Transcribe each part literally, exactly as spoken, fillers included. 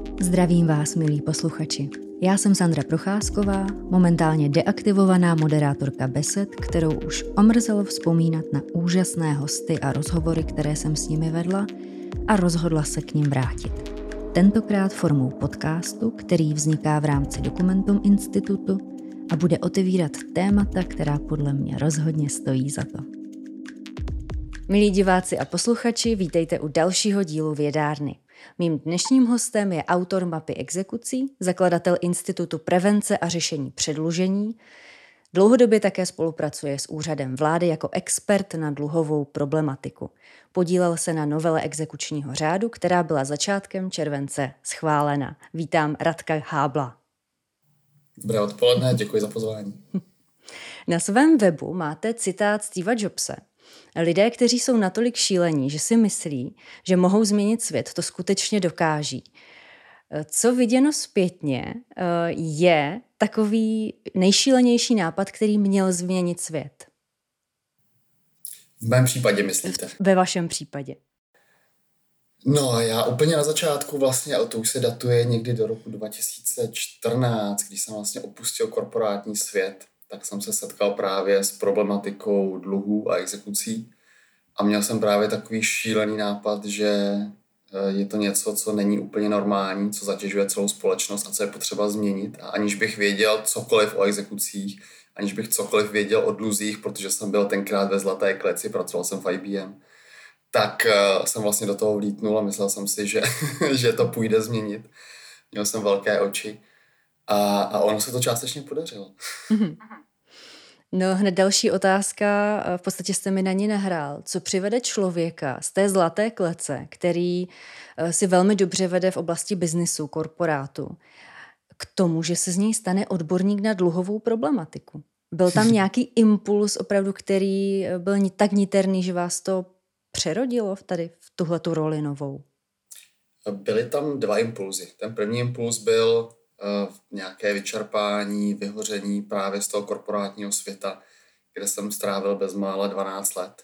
Zdravím vás, milí posluchači. Já jsem Sandra Procházková, momentálně deaktivovaná moderátorka besed, kterou už omrzelo vzpomínat na úžasné hosty a rozhovory, které jsem s nimi vedla, a rozhodla se k nim vrátit. Tentokrát formou podcastu, který vzniká v rámci Dokumentum Institutu a bude otevírat témata, která podle mě rozhodně stojí za to. Milí diváci a posluchači, vítejte u dalšího dílu Vědárny. Mým dnešním hostem je autor mapy exekucí, zakladatel Institutu prevence a řešení předlužení. Dlouhodobě také spolupracuje s úřadem vlády jako expert na dluhovou problematiku. Podílel se na novele exekučního řádu, která byla začátkem července schválena. Vítám Radka Hábla. Dobré odpoledne, děkuji za pozvání. Na svém webu máte citát Steva Jobse. Lidé, kteří jsou natolik šílení, že si myslí, že mohou změnit svět, to skutečně dokáží. Co viděno zpětně je takový nejšílenější nápad, který měl změnit svět? V mém případě myslíte? Ve vašem případě. No, já úplně na začátku vlastně, ale to už se datuje někdy do roku dva tisíce čtrnáct, když jsem vlastně opustil korporátní svět, tak jsem se setkal právě s problematikou dluhů a exekucí a měl jsem právě takový šílený nápad, že je to něco, co není úplně normální, co zatěžuje celou společnost a co je potřeba změnit. A aniž bych věděl cokoliv o exekucích, aniž bych cokoliv věděl o dluzích, protože jsem byl tenkrát ve zlaté kleci, pracoval jsem v I B M, tak jsem vlastně do toho vlítnul a myslel jsem si, že, že to půjde změnit. Měl jsem velké oči. A, a ono se to částečně podařilo. No hned další otázka, v podstatě jste mi na ní nahrál. Co přivede člověka z té zlaté klece, který si velmi dobře vede v oblasti biznisu, korporátu, k tomu, že se z něj stane odborník na dluhovou problematiku? Byl tam nějaký impuls opravdu, který byl tak niterný, že vás to přerodilo tady v tuhletu roli novou? Byly tam dva impulzy. Ten první impuls byl nějaké vyčerpání, vyhoření právě z toho korporátního světa, kde jsem strávil bezmála dvanáct let.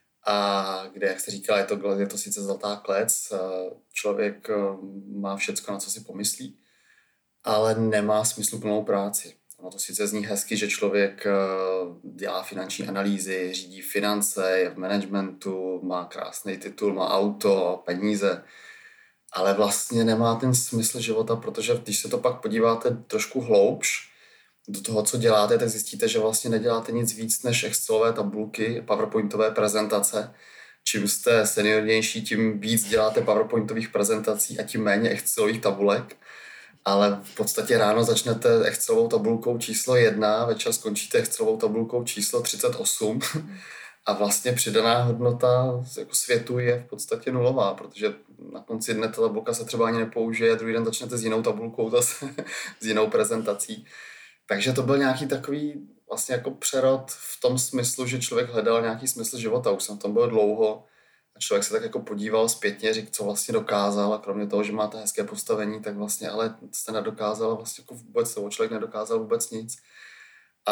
A kde, jak se říká, je to, je to sice zlatá klec, člověk má všecko, na co si pomyslí, ale nemá smysluplnou práci. Ono to sice zní hezky, že člověk dělá finanční analýzy, řídí finance, je v managementu, má krásný titul, má auto, peníze, ale vlastně nemá ten smysl života, protože když se to pak podíváte trošku hloubš do toho, co děláte, tak zjistíte, že vlastně neděláte nic víc než Excelové tabulky, PowerPointové prezentace. Čím jste seniornější, tím víc děláte PowerPointových prezentací a tím méně Excelových tabulek. Ale v podstatě ráno začnete Excelovou tabulkou číslo jedna, večer skončíte Excelovou tabulkou číslo třicet osm. A vlastně přidaná hodnota jako světu je v podstatě nulová, protože na konci dne ta tabulka se třeba ani nepoužije, druhý den začnete s jinou tabulkou zase, s jinou prezentací. Takže to byl nějaký takový vlastně jako přerod v tom smyslu, že člověk hledal nějaký smysl života. Už jsem v tom byl dlouho a člověk se tak jako podíval zpětně, řík, co vlastně dokázal, a kromě toho, že máte hezké postavení, tak vlastně ale jste nedokázal vlastně jako vůbec, toho člověk nedokázal vůbec nic. A,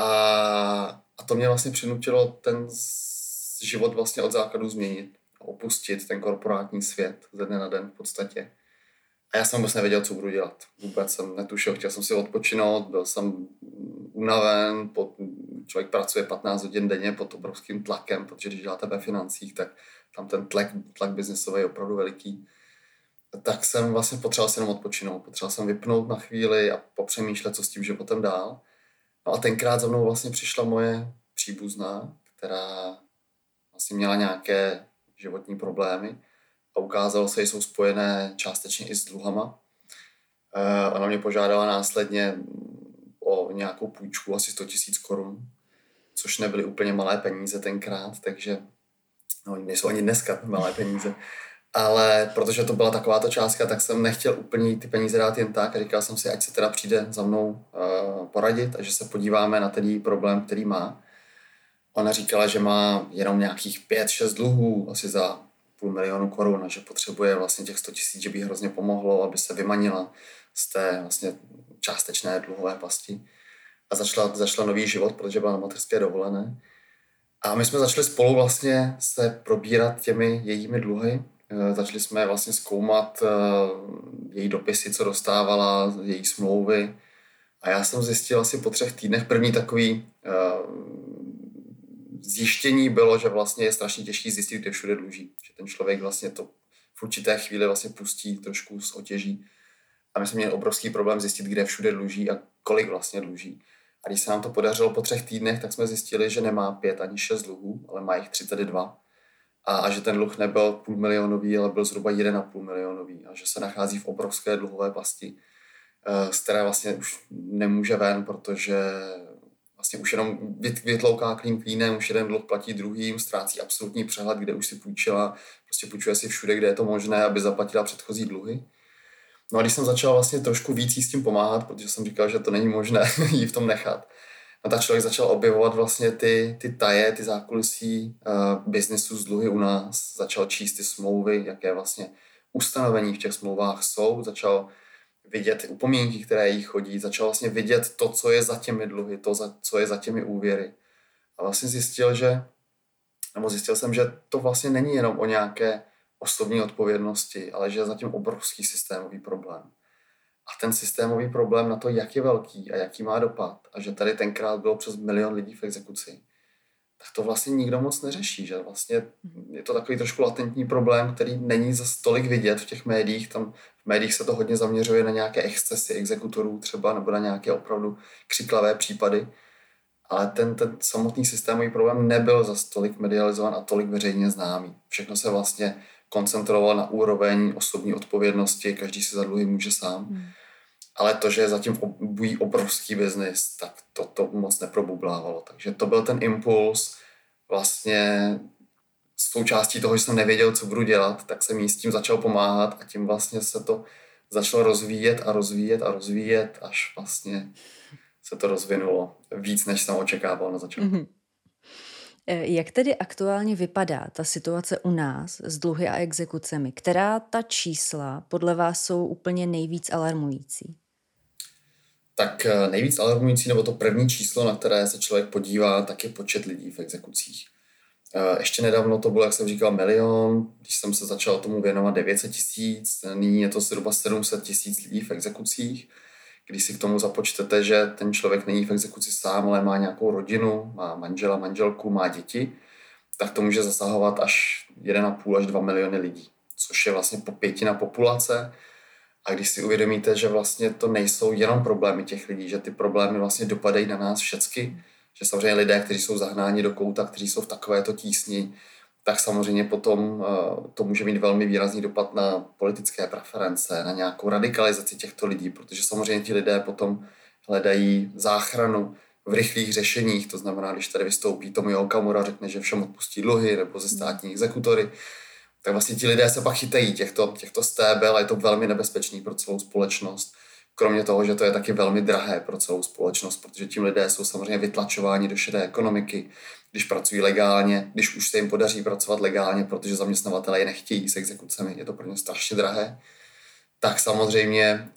a to mě vlastně přinutilo ten život vlastně od základu změnit, opustit ten korporátní svět ze dne na den v podstatě. A já jsem vůbec nevěděl, co budu dělat. Vůbec jsem netušil, chtěl jsem si odpočinout, byl jsem unaven, pod, člověk pracuje patnáct hodin denně pod obrovským tlakem, protože když děláte ve financích, tak tam ten tlak, tlak biznesový je opravdu veliký. Tak jsem vlastně potřeboval si jenom odpočinout, potřeboval jsem vypnout na chvíli a popřemýšlet, co s tím životem dál. No a tenkrát za mnou vlastně přišla moje příbuzná, která vlastně měla nějaké životní problémy a ukázalo se, že jsou spojené částečně i s dluhama. E, ona mě požádala následně o nějakou půjčku, asi sto tisíc korun, což nebyly úplně malé peníze tenkrát, takže no, nejsou ani dneska malé peníze. Ale protože to byla takováto částka, tak jsem nechtěl úplně ty peníze dát jen tak a říkal jsem si, ať se teda přijde za mnou e, poradit a že se podíváme na ten její problém, který má. Ona říkala, že má jenom nějakých pět šest dluhů, asi za půl milionu korun, a že potřebuje vlastně těch sto tisíc, že by hrozně pomohlo, aby se vymanila z té vlastně částečné dluhové pasti. A začala, začala nový život, protože byla na mateřské dovolené. A my jsme začali spolu vlastně se probírat těmi jejími dluhy Začali jsme vlastně zkoumat její dopisy, co dostávala, její smlouvy. A já jsem zjistil asi po třech týdnech, první takový zjištění bylo, že vlastně je strašně těžký zjistit, kde všude dluží. Že ten člověk vlastně to v určité chvíli vlastně pustí trošku z otěží. A my jsme měli obrovský problém zjistit, kde všude dluží a kolik vlastně dluží. A když se nám to podařilo po třech týdnech, tak jsme zjistili, že nemá pět ani šest dluhů, ale má jich třicet dva. A, a že ten dluh nebyl půl milionový, ale byl zhruba jeden a půl milionový. A že se nachází v obrovské dluhové pasti, z které vlastně už nemůže ven, protože vlastně už jenom vytlouká klín klínem, už jeden dluh platí druhým, ztrácí absolutní přehled, kde už si půjčila, prostě půjčuje si všude, kde je to možné, aby zaplatila předchozí dluhy. No a když jsem začal vlastně trošku víc jí s tím pomáhat, protože jsem říkal, že to není možné jí v tom nechat, no tak člověk začal objevovat vlastně ty, ty taje, ty zákulisí uh, biznesu z dluhy u nás, začal číst ty smlouvy, jaké vlastně ustanovení v těch smlouvách jsou, začal vidět ty upomínky, které jí chodí, začal vlastně vidět to, co je za těmi dluhy, to, co je za těmi úvěry. A vlastně zjistil, že, nebo zjistil jsem, že to vlastně není jenom o nějaké osobní odpovědnosti, ale že je zatím obrovský systémový problém. A ten systémový problém na to, jak je velký a jaký má dopad, a že tady tenkrát bylo přes milion lidí v exekuci, tak to vlastně nikdo moc neřeší, že vlastně je to takový trošku latentní problém, který není zas tolik vidět v těch médiích. Tam v médiích se to hodně zaměřuje na nějaké excesy exekutorů třeba, nebo na nějaké opravdu křiklavé případy, ale ten, ten samotný systémový problém nebyl zas tolik medializovan a tolik veřejně známý. Všechno se vlastně koncentrovalo na úroveň osobní odpovědnosti, každý si za dluhy může sám. Hmm. Ale to, že zatím bují obrovský biznis, tak to, to moc neprobublávalo. Takže to byl ten impuls vlastně součástí toho, že jsem nevěděl, co budu dělat, tak jsem jí s tím začal pomáhat a tím vlastně se to začalo rozvíjet a rozvíjet a rozvíjet, až vlastně se to rozvinulo víc, než jsem očekával na začátku. Mm-hmm. Jak tedy aktuálně vypadá ta situace u nás s dluhy a exekucemi? Která ta čísla podle vás jsou úplně nejvíc alarmující? Tak nejvíc alarmující, nebo to první číslo, na které se člověk podívá, tak je počet lidí v exekucích. Ještě nedávno to bylo, jak jsem říkal, milion, když jsem se začal tomu věnovat devět set tisíc, nyní je to zhruba sedm set tisíc lidí v exekucích. Když si k tomu započtete, že ten člověk není v exekuci sám, ale má nějakou rodinu, má manžela, manželku, má děti, tak to může zasahovat až jeden a půl až dva miliony lidí, což je vlastně po pětina populace. A když si uvědomíte, že vlastně to nejsou jenom problémy těch lidí, že ty problémy vlastně dopadají na nás všecky, že samozřejmě lidé, kteří jsou zahnáni do kouta, kteří jsou v takovéto tísni, tak samozřejmě potom to může mít velmi výrazný dopad na politické preference, na nějakou radikalizaci těchto lidí, protože samozřejmě ti lidé potom hledají záchranu v rychlých řešeních, to znamená, když tady vystoupí Tomio Okamura, řekne, že všem odpustí dluhy nebo ze státní exekutory, tak vlastně ti lidé se pak chytají těchto, těchto stébel a je to velmi nebezpečný pro celou společnost. Kromě toho, že to je taky velmi drahé pro celou společnost, protože tím lidé jsou samozřejmě vytlačováni do šedé ekonomiky, když pracují legálně, když už se jim podaří pracovat legálně, protože zaměstnavatelé je nechtějí s exekucemi, je to pro ně strašně drahé, tak samozřejmě,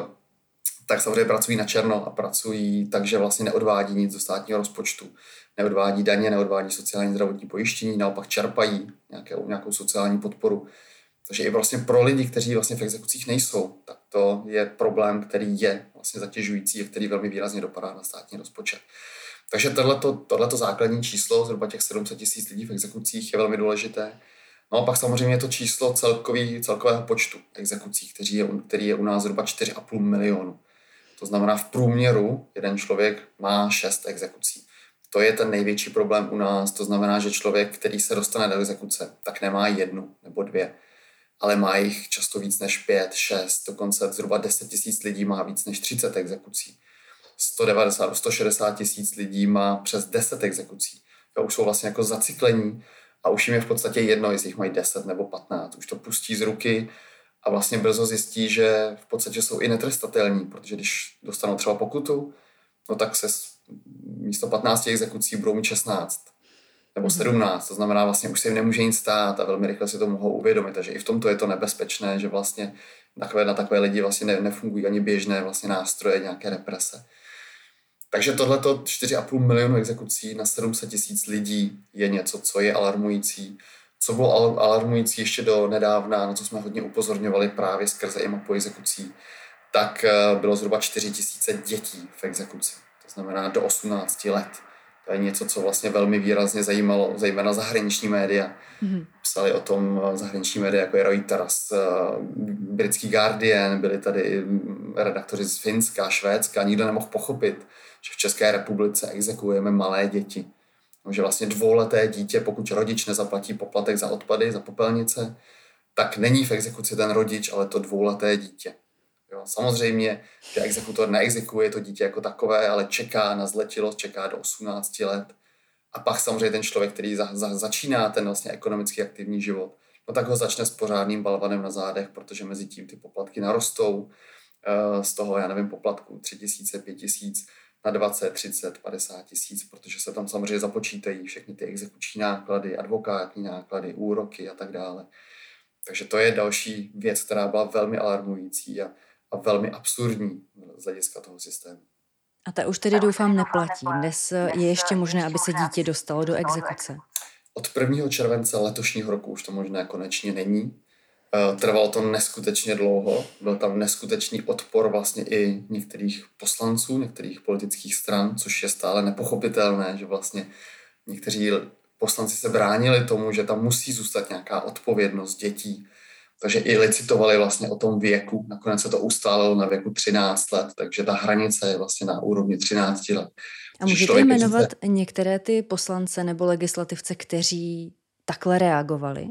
tak samozřejmě pracují na černo a pracují tak, že vlastně neodvádí nic do státního rozpočtu, neodvádí daně, neodvádí sociální zdravotní pojištění, naopak čerpají nějakou, nějakou sociální podporu. Takže i vlastně pro lidi, kteří vlastně v exekucích nejsou, tak to je problém, který je vlastně zatěžující a který velmi výrazně dopadá na státní rozpočet. Takže tohleto, tohleto základní číslo, zhruba těch sedm set tisíc lidí v exekucích, je velmi důležité. No a pak samozřejmě je to číslo celkový, celkového počtu exekucí, který je, který je u nás zhruba čtyři a půl milionu. To znamená, v průměru jeden člověk má šest exekucí. To je ten největší problém u nás. To znamená, že člověk, který se dostane do exekuce, tak nemá jednu nebo dvě, ale má jich často víc než pět, šest, dokonce zhruba deset tisíc lidí má víc než třicet exekucí. sto devadesát, sto šedesát tisíc lidí má přes deset exekucí. Jo, už jsou vlastně jako zacyklení a už jim je v podstatě jedno, jestli jich mají deset nebo patnáct. Už to pustí z ruky a vlastně brzo zjistí, že v podstatě jsou i netrestatelní, protože když dostanou třeba pokutu, no tak se místo patnácti exekucí budou mít šestnáct nebo sedmnáct, to znamená vlastně už se jim nemůže nic stát a velmi rychle si to mohou uvědomit, takže i v tomto je to nebezpečné, že vlastně takové, na takové lidi vlastně ne, nefungují ani běžné vlastně nástroje, nějaké represe. Takže tohleto čtyři a půl milionu exekucí na sedm set tisíc lidí je něco, co je alarmující. Co bylo alarmující ještě do nedávna, na co jsme hodně upozorňovali právě skrze i mapu exekucí, tak bylo zhruba čtyři tisíce dětí v exekuci. To znamená do osmnácti let. To je něco, co vlastně velmi výrazně zajímalo, zejména zahraniční média. Mm-hmm. Psali o tom zahraniční média, jako je Reuters, britský Guardian, byli tady redaktoři z Finska, Švédska. Nikdo nemohl pochopit, že v České republice exekuujeme malé děti. Že vlastně dvouleté dítě, pokud rodič nezaplatí poplatek za odpady, za popelnice, tak není v exekuci ten rodič, ale to dvouleté dítě. Jo, samozřejmě, že exekutor neexekuje to dítě jako takové, ale čeká na zletilost, čeká do osmnácti let. A pak samozřejmě ten člověk, který za, za, začíná ten vlastně ekonomicky aktivní život, no tak ho začne s pořádným balvanem na zádech, protože mezi tím ty poplatky narostou. Z toho, já nevím, poplatku tři tisíce, pět tisíc na dvacet, třicet, padesát tisíc, protože se tam samozřejmě započítají všechny ty exekuční náklady, advokátní náklady, úroky a tak dále. Takže to je další věc, která byla velmi alarmující a, a velmi absurdní z hlediska toho systému. A ta už tedy doufám neplatí. Dnes je ještě možné, aby se dítě dostalo do exekuce. Od prvního července letošního roku už to možné konečně není. Trvalo to neskutečně dlouho. Byl tam neskutečný odpor vlastně i některých poslanců, některých politických stran, což je stále nepochopitelné, že vlastně někteří poslanci se bránili tomu, že tam musí zůstat nějaká odpovědnost dětí. Takže i licitovali vlastně o tom věku. Nakonec se to ustálilo na věku třináct let, takže ta hranice je vlastně na úrovni třináct let. A můžete jmenovat se... některé ty poslance nebo legislativce, kteří takhle reagovali?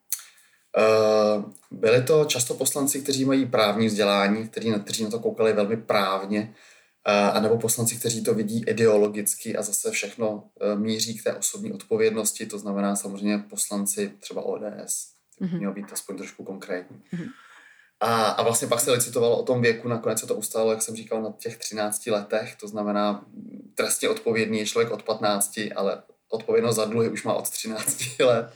Uh, byli to často poslanci, kteří mají právní vzdělání, kteří na, kteří na to koukali velmi právně, uh, anebo poslanci, kteří to vidí ideologicky a zase všechno uh, míří k té osobní odpovědnosti, to znamená samozřejmě poslanci třeba O D S. Mm-hmm. Mělo být aspoň trošku konkrétní. Mm-hmm. A, a vlastně pak se licitovalo o tom věku, nakonec se to ustálo, jak jsem říkal, na těch třinácti letech, to znamená trestně odpovědný je člověk od patnácti, ale odpovědnost za dluhy už má od třinácti let.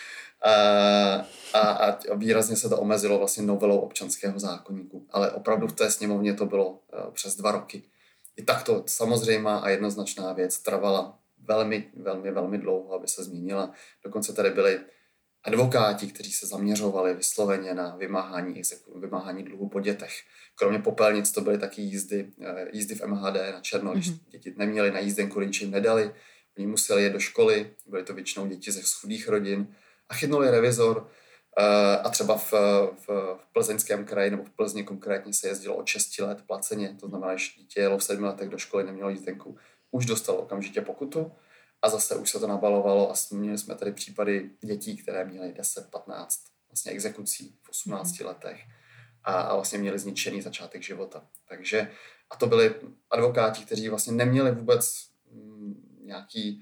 A, a, a výrazně se to omezilo vlastně novelou občanského zákoníku. Ale opravdu v té sněmovně to bylo uh, přes dva roky. I tak to samozřejmá a jednoznačná věc trvala velmi, velmi, velmi dlouho, aby se změnila. Dokonce tady byli advokáti, kteří se zaměřovali vysloveně na vymáhání, vymáhání dluhu po dětech. Kromě popelnic to byly taky jízdy, jízdy v M H D na černo, když mm-hmm. děti neměly na jízdenku, rodiče jim nedali. Oni museli jít do školy, byly to většinou děti ze chudých rodin a chytnuli revizor a třeba v, v, v Plzeňském kraji nebo v Plzni konkrétně se jezdilo od šesti let placeně, to znamená, že dítě jelo v sedmi letech do školy, nemělo jízdenku, už dostalo okamžitě pokutu. A zase už se to nabalovalo a měli jsme tady případy dětí, které měly deset patnáct vlastně exekucí v osmnácti mm. letech a, a vlastně měli zničený začátek života. Takže a to byli advokáti, kteří vlastně neměli vůbec mm, nějaký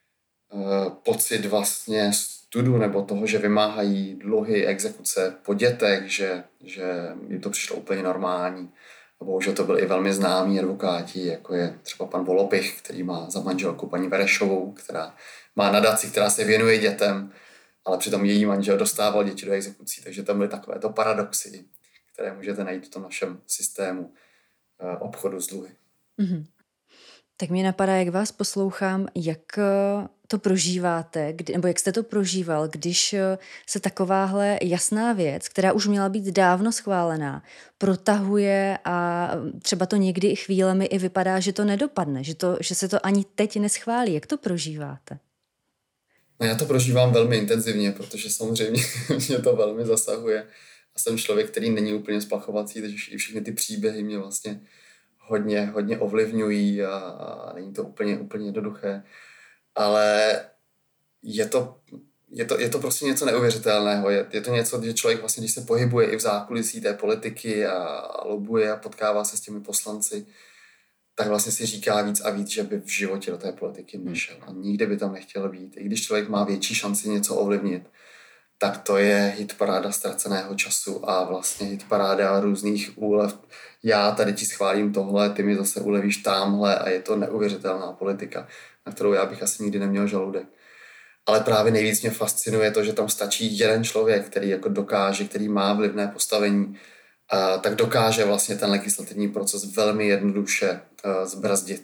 uh, pocit vlastně studu nebo toho, že vymáhají dluhy, exekuce po dětech, že, že jim to přišlo úplně normální. A bohužel to byli i velmi známí advokáti, jako je třeba pan Volopich, který má za manželku paní Verešovou, která má nadaci, která se věnuje dětem, ale přitom její manžel dostával děti do exekucí, takže tam byly takovéto paradoxy, které můžete najít v tom našem systému eh, obchodu s dluhy. Mm-hmm. Tak mě napadá, jak vás poslouchám, jak to prožíváte, kdy, nebo jak jste to prožíval, když se takováhle jasná věc, která už měla být dávno schválená, protahuje a třeba to někdy chvílemi i vypadá, že to nedopadne, že, to, že se to ani teď neschválí. Jak to prožíváte? No já to prožívám velmi intenzivně, protože samozřejmě mě to velmi zasahuje. A jsem člověk, který není úplně splachovací, takže i všechny ty příběhy mě vlastně hodně, hodně ovlivňují a, a není to úplně, úplně jednoduché. Ale je to, je to, je to prostě něco neuvěřitelného. Je, je to něco, že člověk vlastně, když se pohybuje i v zákulisí té politiky a, a lobuje a potkává se s těmi poslanci, tak vlastně si říká víc a víc, že by v životě do té politiky nešel. A nikdy by tam nechtěl být. I když člověk má větší šanci něco ovlivnit, tak to je hitparáda ztraceného času a vlastně hitparáda různých úlev. Já tady ti schválím tohle, ty mi zase ulevíš tamhle a je to neuvěřitelná politika, na kterou já bych asi nikdy neměl žaludek. Ale právě nejvíc mě fascinuje to, že tam stačí jeden člověk, který jako dokáže, který má vlivné postavení, a tak dokáže vlastně ten legislativní proces velmi jednoduše uh, zbrzdit.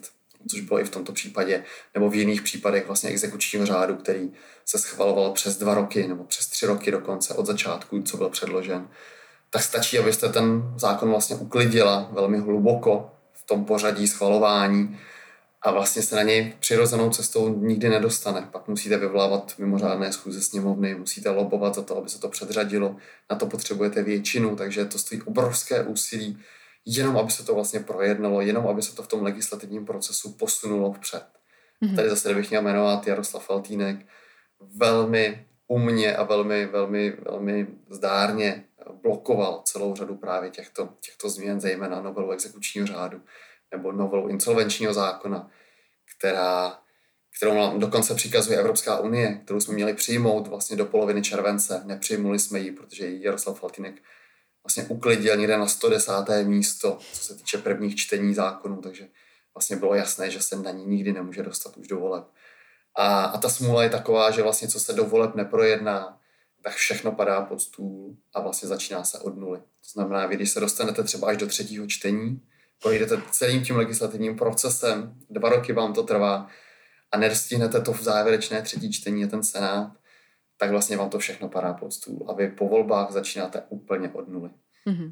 což bylo i v tomto případě, nebo v jiných případech vlastně exekučního řádu, který se schvaloval přes dva roky nebo přes tři roky dokonce od začátku, co byl předložen, tak stačí, abyste ten zákon vlastně uklidila velmi hluboko v tom pořadí schvalování a vlastně se na něj přirozenou cestou nikdy nedostane. Pak musíte vyvolávat mimořádné schůze sněmovny, musíte lobovat za to, aby se to předřadilo, na to potřebujete většinu, takže to stojí obrovské úsilí, jenom aby se to vlastně projednalo, jenom aby se to v tom legislativním procesu posunulo vpřed. Mm-hmm. Tady zase bych měl jmenovat Jaroslav Faltýnek, velmi umně a velmi, velmi, velmi zdárně blokoval celou řadu právě těchto, těchto změn, zejména novelu exekučního řádu nebo novelu insolvenčního zákona, která, kterou nám dokonce přikazuje Evropská unie, kterou jsme měli přijmout vlastně do poloviny července. Nepřijmuli jsme ji, protože Jaroslav Faltýnek vlastně uklidil někde na sto desáté místo, co se týče prvních čtení zákonů, takže vlastně bylo jasné, že se na ní nikdy nemůže dostat už do voleb. A, a ta smůla je taková, že vlastně co se do voleb neprojedná, tak všechno padá pod stůl a vlastně začíná se od nuly. To znamená, vy když se dostanete třeba až do třetího čtení, projdete celým tím legislativním procesem, dva roky vám to trvá a nestihnete to v závěrečné třetí čtení a ten senát, tak vlastně vám to všechno padá pod stůl a vy po volbách začínáte úplně od nuly. Mm-hmm.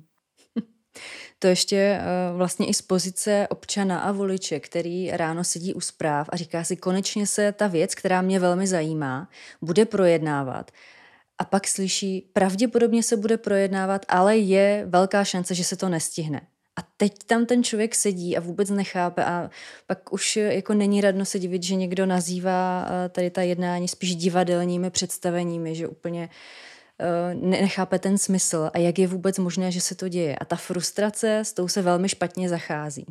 To ještě uh, vlastně i z pozice občana a voliče, který ráno sedí u zpráv a říká si, konečně se ta věc, která mě velmi zajímá, bude projednávat. A pak slyší, pravděpodobně se bude projednávat, ale je velká šance, že se to nestihne. A teď tam ten člověk sedí a vůbec nechápe a pak už jako není radno se divit, že někdo nazývá tady ta jednání spíš divadelními představeními, že úplně uh, nechápe ten smysl a jak je vůbec možné, že se to děje. A ta frustrace, s tou se velmi špatně zachází.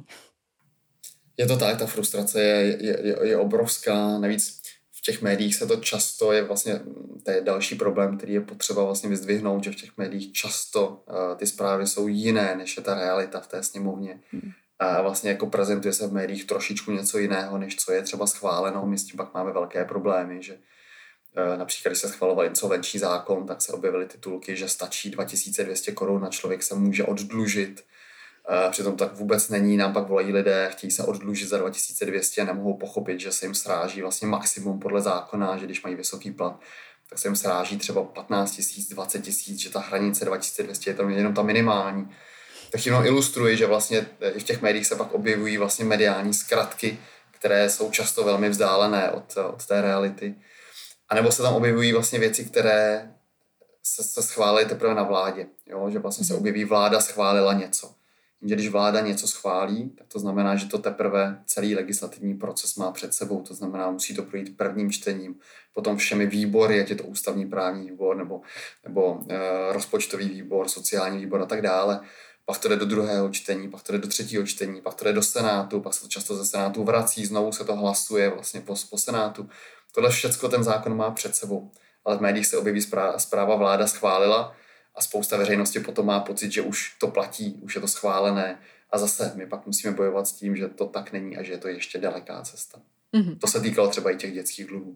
Je to tak, ta frustrace je, je, je obrovská, navíc v těch médiích se to často je vlastně, to je další problém, který je potřeba vlastně vyzdvihnout, že v těch médiích často uh, ty zprávy jsou jiné, než je ta realita v té sněmovně. Hmm. A vlastně jako prezentuje se v médiích trošičku něco jiného, než co je třeba schváleno. My s tím pak máme velké problémy, že uh, například, když se schvaloval insolvenční zákon, tak se objevily titulky, že stačí dva tisíce dvě stě korun a člověk se může oddlužit. Uh, přitom tak vůbec není, nám pak volají lidé, chtějí se oddlužit za dva tisíce dvě stě a nemohou pochopit, že se jim sráží vlastně maximum podle zákona, že když mají vysoký plat, tak se jim sráží třeba patnáct tisíc, dvacet tisíc, že ta hranice dva tisíce dvě stě je tam jenom ta minimální. Tak jenom ilustruji, že vlastně i v těch médiích se pak objevují vlastně mediální zkratky, které jsou často velmi vzdálené od, od té reality. A nebo se tam objevují vlastně věci, které se, se schválily teprve na vládě. Jo? Že vlastně se objeví, vláda schválila něco. Že když vláda něco schválí, tak to znamená, že to teprve celý legislativní proces má před sebou. To znamená, musí to projít prvním čtením, potom všemi výbory, ať je to ústavní právní výbor, nebo, nebo e, rozpočtový výbor, sociální výbor a tak dále. Pak to jde do druhého čtení, pak to jde do třetího čtení, pak to jde do Senátu, pak se to často ze Senátu vrací, znovu se to hlasuje vlastně po, po Senátu. Tohle všecko ten zákon má před sebou. Ale v médiích se objeví zpráva, zpráva vláda schválila, a spousta veřejnosti potom má pocit, že už to platí, už je to schválené a zase my pak musíme bojovat s tím, že to tak není a že je to ještě daleká cesta. Mm-hmm. To se týkalo třeba i těch dětských dluhů.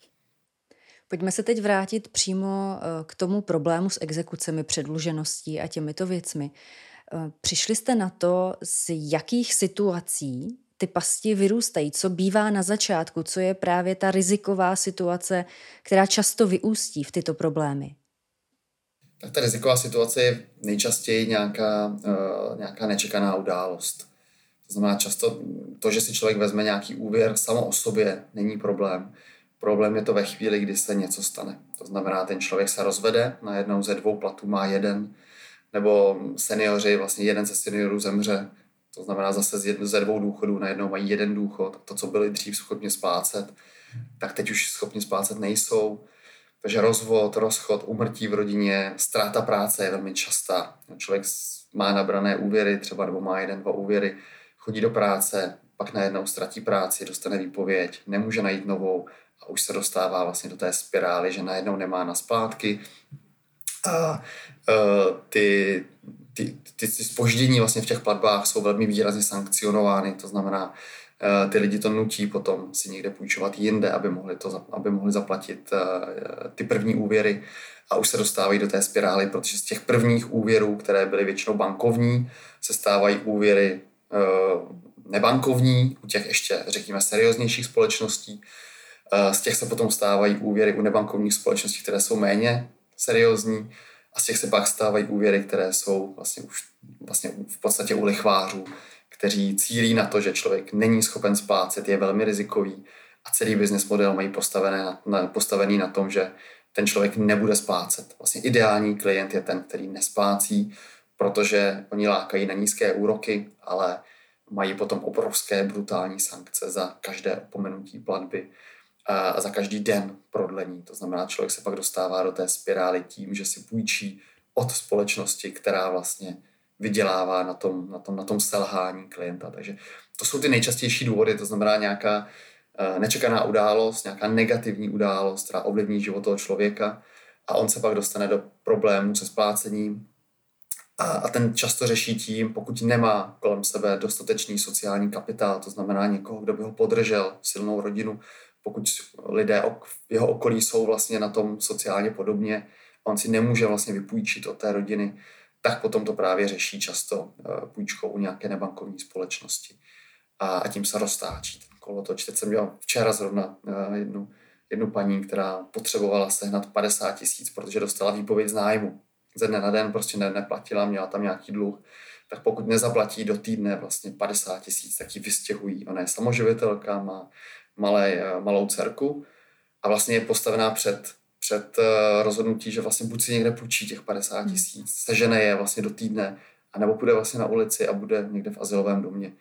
Pojďme se teď vrátit přímo k tomu problému s exekucemi, předlužeností a těmito věcmi. Přišli jste na to, z jakých situací ty pasti vyrůstají, co bývá na začátku, co je právě ta riziková situace, která často vyústí v tyto problémy? Tak ta riziková situace je nejčastěji nějaká, uh, nějaká nečekaná událost. To znamená často to, že si člověk vezme nějaký úvěr samo o sobě, není problém. Problém je to ve chvíli, kdy se něco stane. To znamená, ten člověk se rozvede, najednou ze dvou platů má jeden, nebo seniori, vlastně jeden ze seniorů zemře. To znamená zase ze dvou důchodů najednou mají jeden důchod. To, co byli dřív schopni splácet, tak teď už schopni splácet nejsou. Takže rozvod, rozchod, úmrtí v rodině, ztráta práce je velmi častá. Člověk má nabrané úvěry, třeba nebo má jeden, dva úvěry, chodí do práce, pak najednou ztratí práci, dostane výpověď, nemůže najít novou a už se dostává vlastně do té spirály, že najednou nemá na splátky. A uh, ty, ty, ty, ty zpoždění vlastně v těch platbách jsou velmi výrazně sankcionovány, to znamená, ty lidi to nutí potom si někde půjčovat jinde, aby mohli, to, aby mohli zaplatit ty první úvěry a už se dostávají do té spirály, protože z těch prvních úvěrů, které byly většinou bankovní, se stávají úvěry nebankovní, u těch ještě, řekněme, serióznějších společností. Z těch se potom stávají úvěry u nebankovních společností, které jsou méně seriózní, a z těch se pak stávají úvěry, které jsou vlastně už vlastně v podstatě u lichvářů, kteří cílí na to, že člověk není schopen splácet, je velmi rizikový a celý business model mají postavené na, na, postavený na tom, že ten člověk nebude splácet. Vlastně ideální klient je ten, který nesplácí, protože oni lákají na nízké úroky, ale mají potom obrovské brutální sankce za každé opomenutí platby a za každý den prodlení. To znamená, člověk se pak dostává do té spirály tím, že si půjčí od společnosti, která vlastně vydělává na tom, na tom, na tom selhání klienta. Takže to jsou ty nejčastější důvody, to znamená nějaká nečekaná událost, nějaká negativní událost, která ovlivní život toho člověka a on se pak dostane do problémů se splácením a, a ten často řeší tím, pokud nemá kolem sebe dostatečný sociální kapitál, to znamená někoho, kdo by ho podržel, silnou rodinu, pokud lidé v jeho okolí jsou vlastně na tom sociálně podobně a on si nemůže vlastně vypůjčit od té rodiny, tak potom to právě řeší často půjčkou u nějaké nebankovní společnosti a, a tím se roztáčí ten kolotoč. Teď jsem měl včera zrovna jednu, jednu paní, která potřebovala sehnat padesát tisíc, protože dostala výpověď z nájmu. Ze dne na den prostě ne, neplatila, měla tam nějaký dluh, tak pokud nezaplatí do týdne vlastně padesát tisíc, tak ji vystěhují. Ona je samoživitelka, má malé, malou dcerku a vlastně je postavená před, před rozhodnutí, že vlastně buď si někde půjčí těch padesát tisíc, sežene je vlastně do týdne, anebo půjde vlastně na ulici a bude někde v azylovém domě.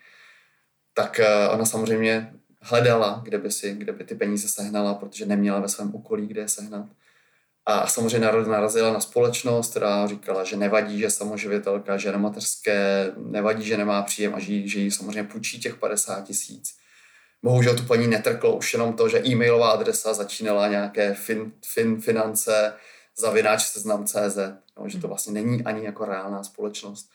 Tak ona samozřejmě hledala, kde by, si, kde by ty peníze sehnala, protože neměla ve svém okolí, kde je sehnat. A samozřejmě narazila na společnost, která říkala, že nevadí, že je samoživitelka, že je na mateřské, nevadí, že nemá příjem a že, že jí samozřejmě půjčí těch padesát tisíc. Bohužel tu paní netrklo už jenom to, že e-mailová adresa začínala nějaké fin, fin, finance zavináč seznam tečka cé zet, no, že to vlastně není ani jako reálná společnost.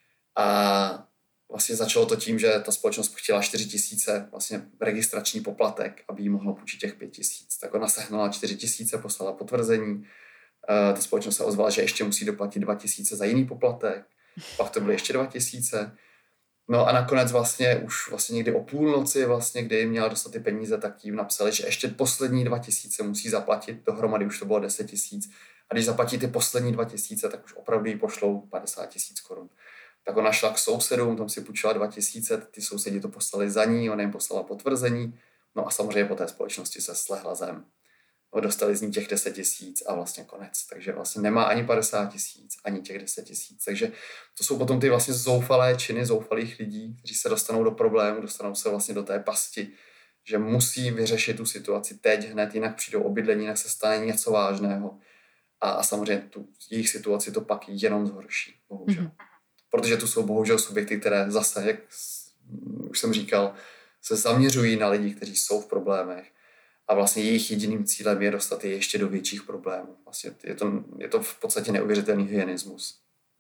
A vlastně začalo to tím, že ta společnost chtěla čtyři tisíce vlastně registrační poplatek, aby jí mohla půjčit těch pět tisíc. Tak ona sehnala čtyři tisíce, poslala potvrzení. Ta společnost se ozvala, že ještě musí doplatit dva tisíce za jiný poplatek. Pak to byly ještě dva tisíce. No a nakonec vlastně už vlastně někdy o půlnoci, vlastně, kdy jim měla dostat ty peníze, tak jim napsali, že ještě poslední dva tisíce musí zaplatit. Dohromady už to bylo deset tisíc. A když zaplatí ty poslední dva tisíce, tak už opravdu jí pošlou padesát tisíc korun. Tak ona šla k sousedům, tam si půjčila dva tisíce, ty sousedi to poslali za ní, ona jim poslala potvrzení, no a samozřejmě po té společnosti se slehla zem. No, dostali z ní těch deset tisíc a vlastně konec. Takže vlastně nemá ani padesát tisíc, ani těch deset tisíc. Takže to jsou potom ty vlastně zoufalé činy zoufalých lidí, kteří se dostanou do problému, dostanou se vlastně do té pasti, že musí vyřešit tu situaci teď hned, jinak přijdou o bydlení, jinak se stane něco vážného. A, a samozřejmě tu jejich situaci to pak jenom zhorší, bohužel. Mm-hmm. Protože tu jsou bohužel subjekty, které zase, jak už jsem říkal, se zaměřují na lidi, kteří jsou v problémech a vlastně jejich jediným cílem je dostat je ještě do větších problémů. Vlastně je to, je to v podstatě neuvěřitelný hyenismus.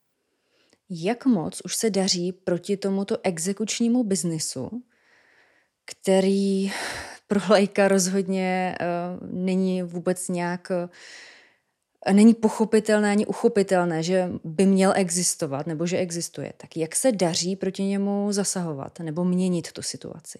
Jak moc už se daří proti tomuto exekučnímu biznisu, který pro laika rozhodně uh, není vůbec nějak... Uh, není pochopitelné ani uchopitelné, že by měl existovat nebo že existuje. Tak jak se daří proti němu zasahovat nebo měnit tu situaci?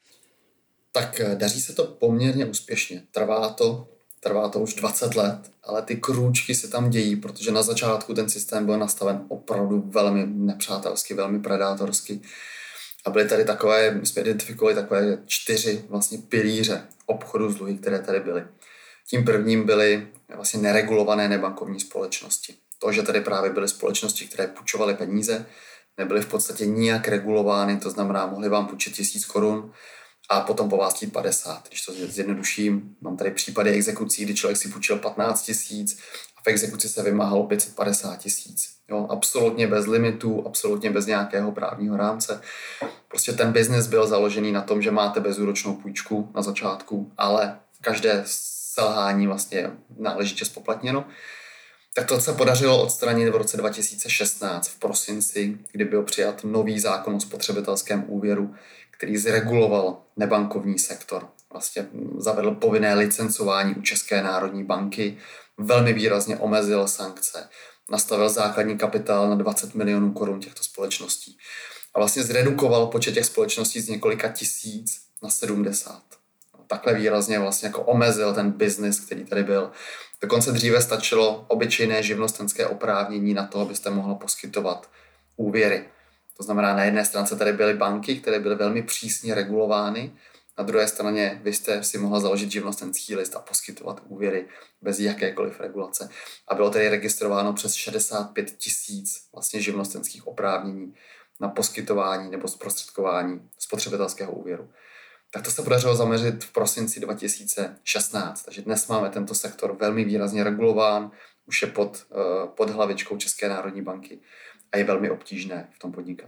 Tak daří se to poměrně úspěšně. Trvá to, trvá to už dvacet let, ale ty krůčky se tam dějí, protože na začátku ten systém byl nastaven opravdu velmi nepřátelsky, velmi predátorsky. A byly tady takové, my jsme identifikovali takové čtyři vlastně pilíře obchodu s dluhy, které tady byly. Tím prvním byly vlastně neregulované nebankovní společnosti. To, že tady právě byly společnosti, které půjčovaly peníze, nebyly v podstatě nijak regulovány, to znamená, mohli vám půjčit tisíc korun a potom po vás chtít padesát. Když to zjednoduším, mám tady případy exekucí, kdy člověk si půjčil patnáct tisíc a v exekuci se vymáhalo pět set padesát tisíc. Jo, absolutně bez limitů, absolutně bez nějakého právního rámce. Prostě ten biznes byl založený na tom, že máte bezúročnou půjčku na začátku, ale každé selhání vlastně náležitě spoplatněno. Tak to se podařilo odstranit v roce dva tisíce šestnáct v prosinci, kdy byl přijat nový zákon o spotřebitelském úvěru, který zreguloval nebankovní sektor. Vlastně zavedl povinné licencování u České národní banky, velmi výrazně omezil sankce, nastavil základní kapitál na dvacet milionů korun těchto společností. a vlastně zredukoval počet těch společností z několika tisíc na sedmdesát. Takhle výrazně vlastně jako omezil ten biznis, který tady byl. Dokonce dříve stačilo obyčejné živnostenské oprávnění na to, abyste mohla poskytovat úvěry. To znamená, na jedné stránce tady byly banky, které byly velmi přísně regulovány, na druhé straně vy jste si mohla založit živnostenský list a poskytovat úvěry bez jakékoliv regulace. A bylo tady registrováno přes šedesát pět tisíc vlastně živnostenských oprávnění na poskytování nebo zprostředkování spotřebitelského úvěru. Tak to se podařilo zaměřit v prosinci dva tisíce šestnáct. Takže dnes máme tento sektor velmi výrazně regulován, už je pod, pod hlavičkou České národní banky a je velmi obtížné v tom podnikat.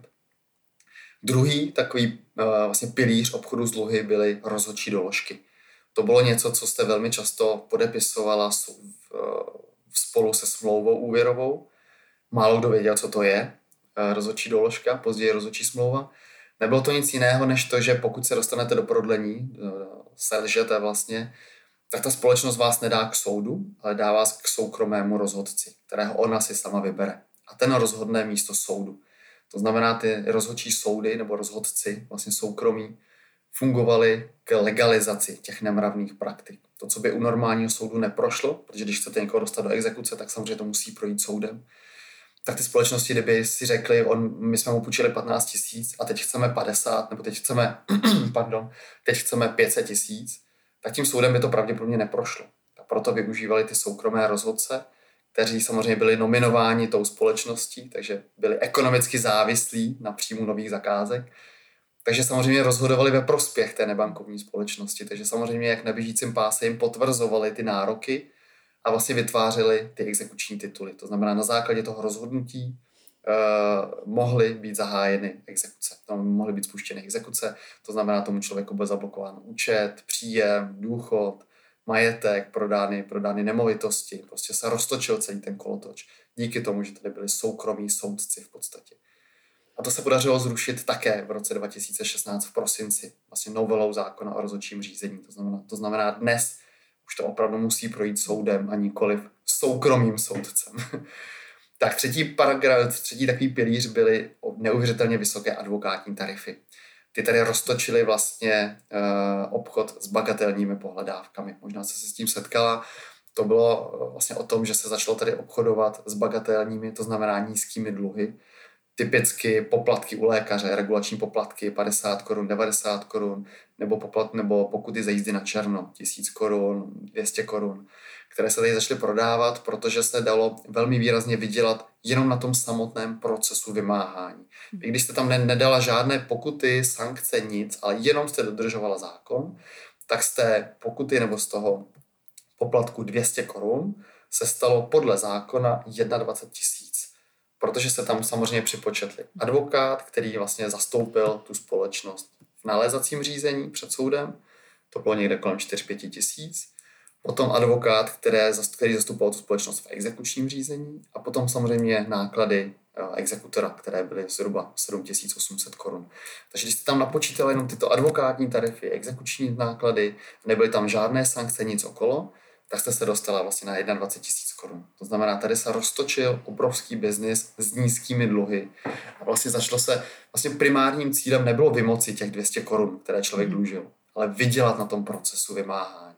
Druhý takový vlastně pilíř obchodu s dluhy byly rozhodčí doložky. To bylo něco, co jste velmi často podepisovala spolu se smlouvou úvěrovou. Málo kdo věděl, co to je rozhodčí doložka, později rozhodčí smlouva. Nebylo to nic jiného, než to, že pokud se dostanete do prodlení, selžete vlastně, tak ta společnost vás nedá k soudu, ale dá vás k soukromému rozhodci, kterého ona si sama vybere. A ten rozhodne místo soudu. To znamená, ty rozhodčí soudy nebo rozhodci, vlastně soukromí, fungovaly k legalizaci těch nemravných praktik. To, co by u normálního soudu neprošlo, protože když chcete někoho dostat do exekuce, tak samozřejmě to musí projít soudem. Tak ty společnosti, kdyby si řekli, on, my jsme mu půjčili patnáct tisíc a teď chceme padesát, nebo teď chceme, pardon, teď chceme pět set tisíc, tak tím soudem by to pravděpodobně neprošlo. A proto využívali ty soukromé rozhodce, kteří samozřejmě byli nominováni tou společností, takže byli ekonomicky závislí na příjmu nových zakázek. Takže samozřejmě rozhodovali ve prospěch té nebankovní společnosti. Takže samozřejmě jak na běžícím páse jim potvrzovali ty nároky a vlastně vytvářeli ty exekuční tituly. To znamená, na základě toho rozhodnutí eh, mohly být zahájeny exekuce. Tam mohly být spuštěny exekuce, to znamená, tomu člověku byl zablokován účet, příjem, důchod, majetek, prodány, prodány nemovitosti. Prostě se roztočil celý ten kolotoč. Díky tomu, že tady byli soukromí soudci v podstatě. A to se podařilo zrušit také v roce dva tisíce šestnáct v prosinci, vlastně novelou zákona o rozhodčím řízení. To znamená, to znamená dnes už to opravdu musí projít soudem a nikoliv soukromým soudcem. Tak třetí paragraf, třetí takový pilíř byly neuvěřitelně vysoké advokátní tarify. Ty tady roztočily vlastně uh, obchod s bagatelními pohledávkami. Možná jste se s tím setkala. To bylo vlastně o tom, že se začalo tady obchodovat s bagatelními, to znamená nízkými dluhy. Typicky poplatky u lékaře, regulační poplatky padesát korun, devadesát korun, nebo, poplat, nebo pokuty za jízdy na černo, tisíc korun, dvě stě korun, které se tady začaly prodávat, protože se dalo velmi výrazně vydělat jenom na tom samotném procesu vymáhání. I když jste tam nedala žádné pokuty, sankce, nic, ale jenom jste dodržovala zákon, tak z té pokuty nebo z toho poplatku dvě stě korun se stalo podle zákona dvacet jedna tisíc. Protože se tam samozřejmě připočetli advokát, který vlastně zastoupil tu společnost v nalézacím řízení před soudem, to bylo někde kolem čtyři až pět tisíc, potom advokát, které, který zastupoval tu společnost v exekučním řízení a potom samozřejmě náklady exekutora, které byly zhruba sedm tisíc osm set korun. Takže když jste tam napočítali jenom tyto advokátní tarify, exekuční náklady, nebyly tam žádné sankce, nic okolo, tak jste se dostala vlastně na dvacet jedna tisíc korun. To znamená, tady se roztočil obrovský biznis s nízkými dluhy. A vlastně začalo se, vlastně primárním cílem nebylo vymoci těch dvě stě korun, které člověk dlužil, ale vydělat na tom procesu vymáhání.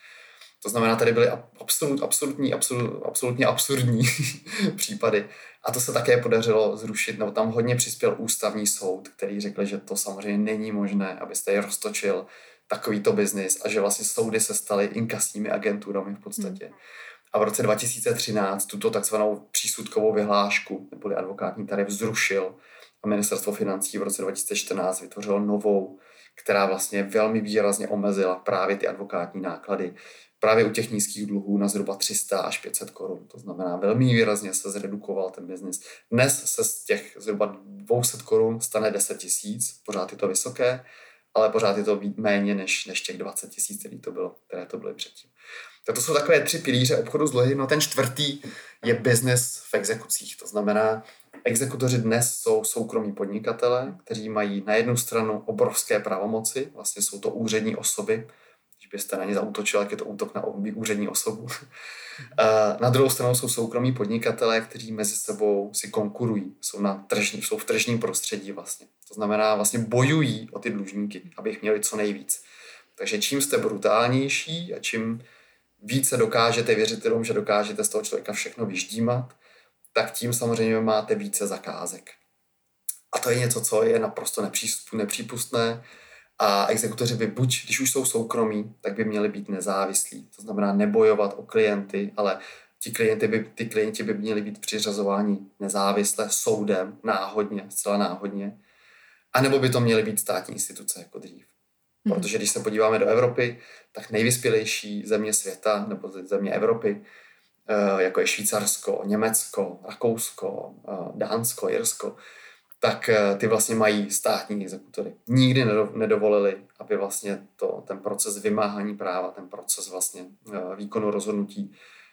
To znamená, tady byly absolut, absolutní, absolut, absolutně absurdní případy. A to se také podařilo zrušit, nebo tam hodně přispěl ústavní soud, který řekl, že to samozřejmě není možné, abyste je roztočil takovýto biznis a že vlastně soudy se staly inkasními agenturami v podstatě. Hmm. A v roce dva tisíce třináct tuto takzvanou přísudkovou vyhlášku, neboli advokátní tarif, zrušil a ministerstvo financí v roce dva tisíce čtrnáct vytvořilo novou, která vlastně velmi výrazně omezila právě ty advokátní náklady právě u těch nízkých dluhů na zhruba tři sta až pět set korun. To znamená, velmi výrazně se zredukoval ten biznis. Dnes se z těch zhruba dvě stě korun stane deset tisíc, pořád je to vysoké, ale pořád je to méně než, než těch dvacet tisíc, které to bylo, které to byly předtím. Tak to jsou takové tři pilíře obchodu s dluhy. No ten čtvrtý je business v exekucích. To znamená, exekutoři dnes jsou soukromí podnikatelé, kteří mají na jednu stranu obrovské pravomoci, vlastně jsou to úřední osoby, byste na ně zaútočil, jak je to útok na úřední osobu. Na druhou stranu jsou soukromí podnikatelé, kteří mezi sebou si konkurují, jsou, na tržní, jsou v tržním prostředí vlastně. To znamená, vlastně bojují o ty dlužníky, aby jich měli co nejvíc. Takže čím jste brutálnější a čím více dokážete věřitelům, že dokážete z toho člověka všechno vyždímat, tak tím samozřejmě máte více zakázek. A to je něco, co je naprosto nepřípustné. A exekutoři by buď, když už jsou soukromí, tak by měli být nezávislí. To znamená nebojovat o klienty, ale ti klienti by, ty klienti by měli být přiřazováni nezávisle soudem, náhodně, zcela náhodně. A nebo by to měly být státní instituce jako dřív. Hmm. Protože když se podíváme do Evropy, tak nejvyspělejší země světa, nebo země Evropy, jako je Švýcarsko, Německo, Rakousko, Dánsko, Irsko, tak ty vlastně mají státní exekutory. Nikdy nedovolili, aby vlastně to, ten proces vymáhání práva, ten proces vlastně výkonu rozhodnutí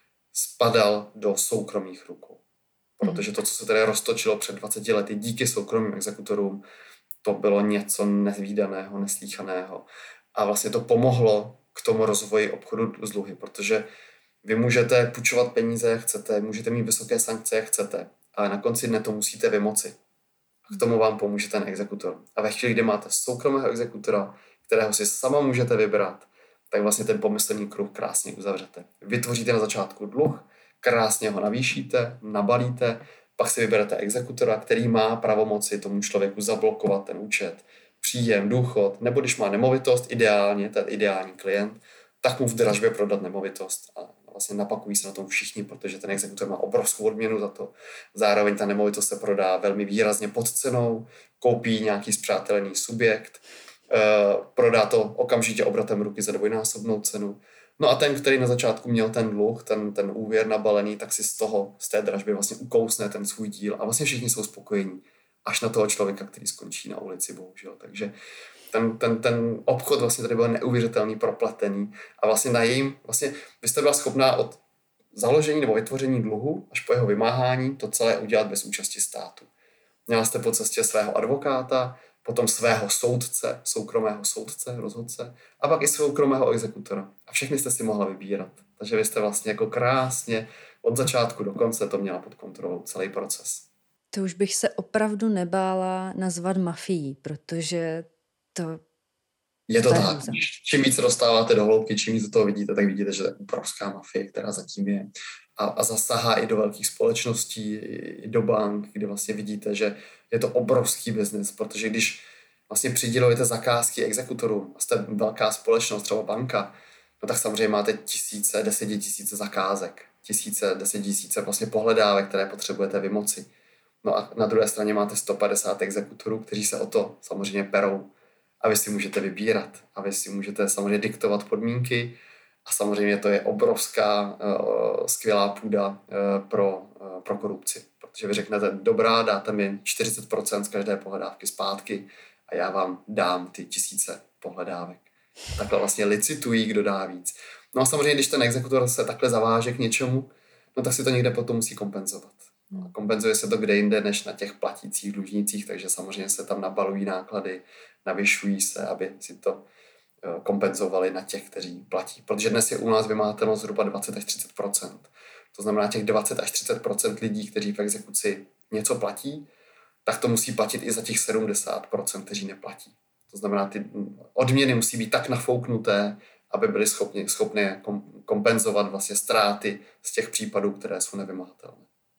spadal do soukromých rukou. Protože to, co se tady roztočilo před dvaceti lety díky soukromým exekutorům, to bylo něco nevídaného, neslýchaného. A vlastně to pomohlo k tomu rozvoji obchodu s dluhy, protože vy můžete půjčovat peníze, jak chcete, můžete mít vysoké sankce, jak chcete, ale na konci dne to musíte vymoci. K tomu vám pomůže ten exekutor. A ve chvíli, kdy máte soukromého exekutora, kterého si sama můžete vybrat, tak vlastně ten pomyslný kruh krásně uzavřete. Vytvoříte na začátku dluh, krásně ho navýšíte, nabalíte, pak si vyberete exekutora, který má pravomoci tomu člověku zablokovat ten účet, příjem, důchod, nebo když má nemovitost, ideálně, ten ideální klient, tak mu v dražbě prodat nemovitost. A vlastně napakují se na tom všichni, protože ten exekutor má obrovskou odměnu za to. Zároveň ta nemovitost se prodá velmi výrazně pod cenou, koupí nějaký spřátelený subjekt, eh, prodá to okamžitě obratem ruky za dvojnásobnou cenu. No a ten, který na začátku měl ten dluh, ten, ten úvěr nabalený, tak si z toho, z té dražby vlastně ukousne ten svůj díl a vlastně všichni jsou spokojení. Až na toho člověka, který skončí na ulici, bohužel. Takže ten, ten, ten obchod vlastně tady byl neuvěřitelný, propletený a vlastně na jejím, vlastně vy jste byla schopná od založení nebo vytvoření dluhu až po jeho vymáhání to celé udělat bez účasti státu. Měla jste po cestě svého advokáta, potom svého soudce, soukromého soudce, rozhodce a pak i soukromého exekutora. A všechny jste si mohla vybírat. Takže vy jste vlastně jako krásně od začátku do konce to měla pod kontrolou celý proces. To už bych se opravdu nebála nazvat mafií, protože to... Je to tak. Čím víc dostáváte do hloubky, čím víc do toho vidíte, tak vidíte, že to je obrovská mafie, která zatím je. A, a zasahá i do velkých společností, i do bank, kde vlastně vidíte, že je to obrovský biznis, protože když vlastně přidělujete zakázky exekutorům a jste velká společnost, třeba banka, no tak samozřejmě máte tisíce, desetitisíce zakázek, tisíce, desetitisíce vlastně pohledávek, které potřebujete vymoci. No a na druhé straně máte sto padesát exekutorů, kteří se o to samozřejmě perou. A vy si můžete vybírat. A vy si můžete samozřejmě diktovat podmínky. A samozřejmě to je obrovská, uh, skvělá půda uh, pro, uh, pro korupci. Protože vy řeknete, dobrá, dáte mi čtyřicet procent z každé pohledávky zpátky a já vám dám ty tisíce pohledávek. Takhle vlastně licitují, kdo dá víc. No a samozřejmě, když ten exekutor se takhle zaváže k něčemu, no tak si to někde potom musí kompenzovat. A kompenzuje se to kde jinde, než na těch platících dlužnících, takže samozřejmě se tam nabalují náklady, navyšují se, aby si to kompenzovali na těch, kteří platí. Protože dnes je u nás vymahatelnost zhruba dvacet až třicet procent. To znamená, těch dvacet až třicet procent lidí, kteří v exekuci něco platí, tak to musí platit i za těch sedmdesát procent, kteří neplatí. To znamená, ty odměny musí být tak nafouknuté, aby byly schopni, schopni kompenzovat vlastně ztráty z těch případů, které jsou nevymahatelné.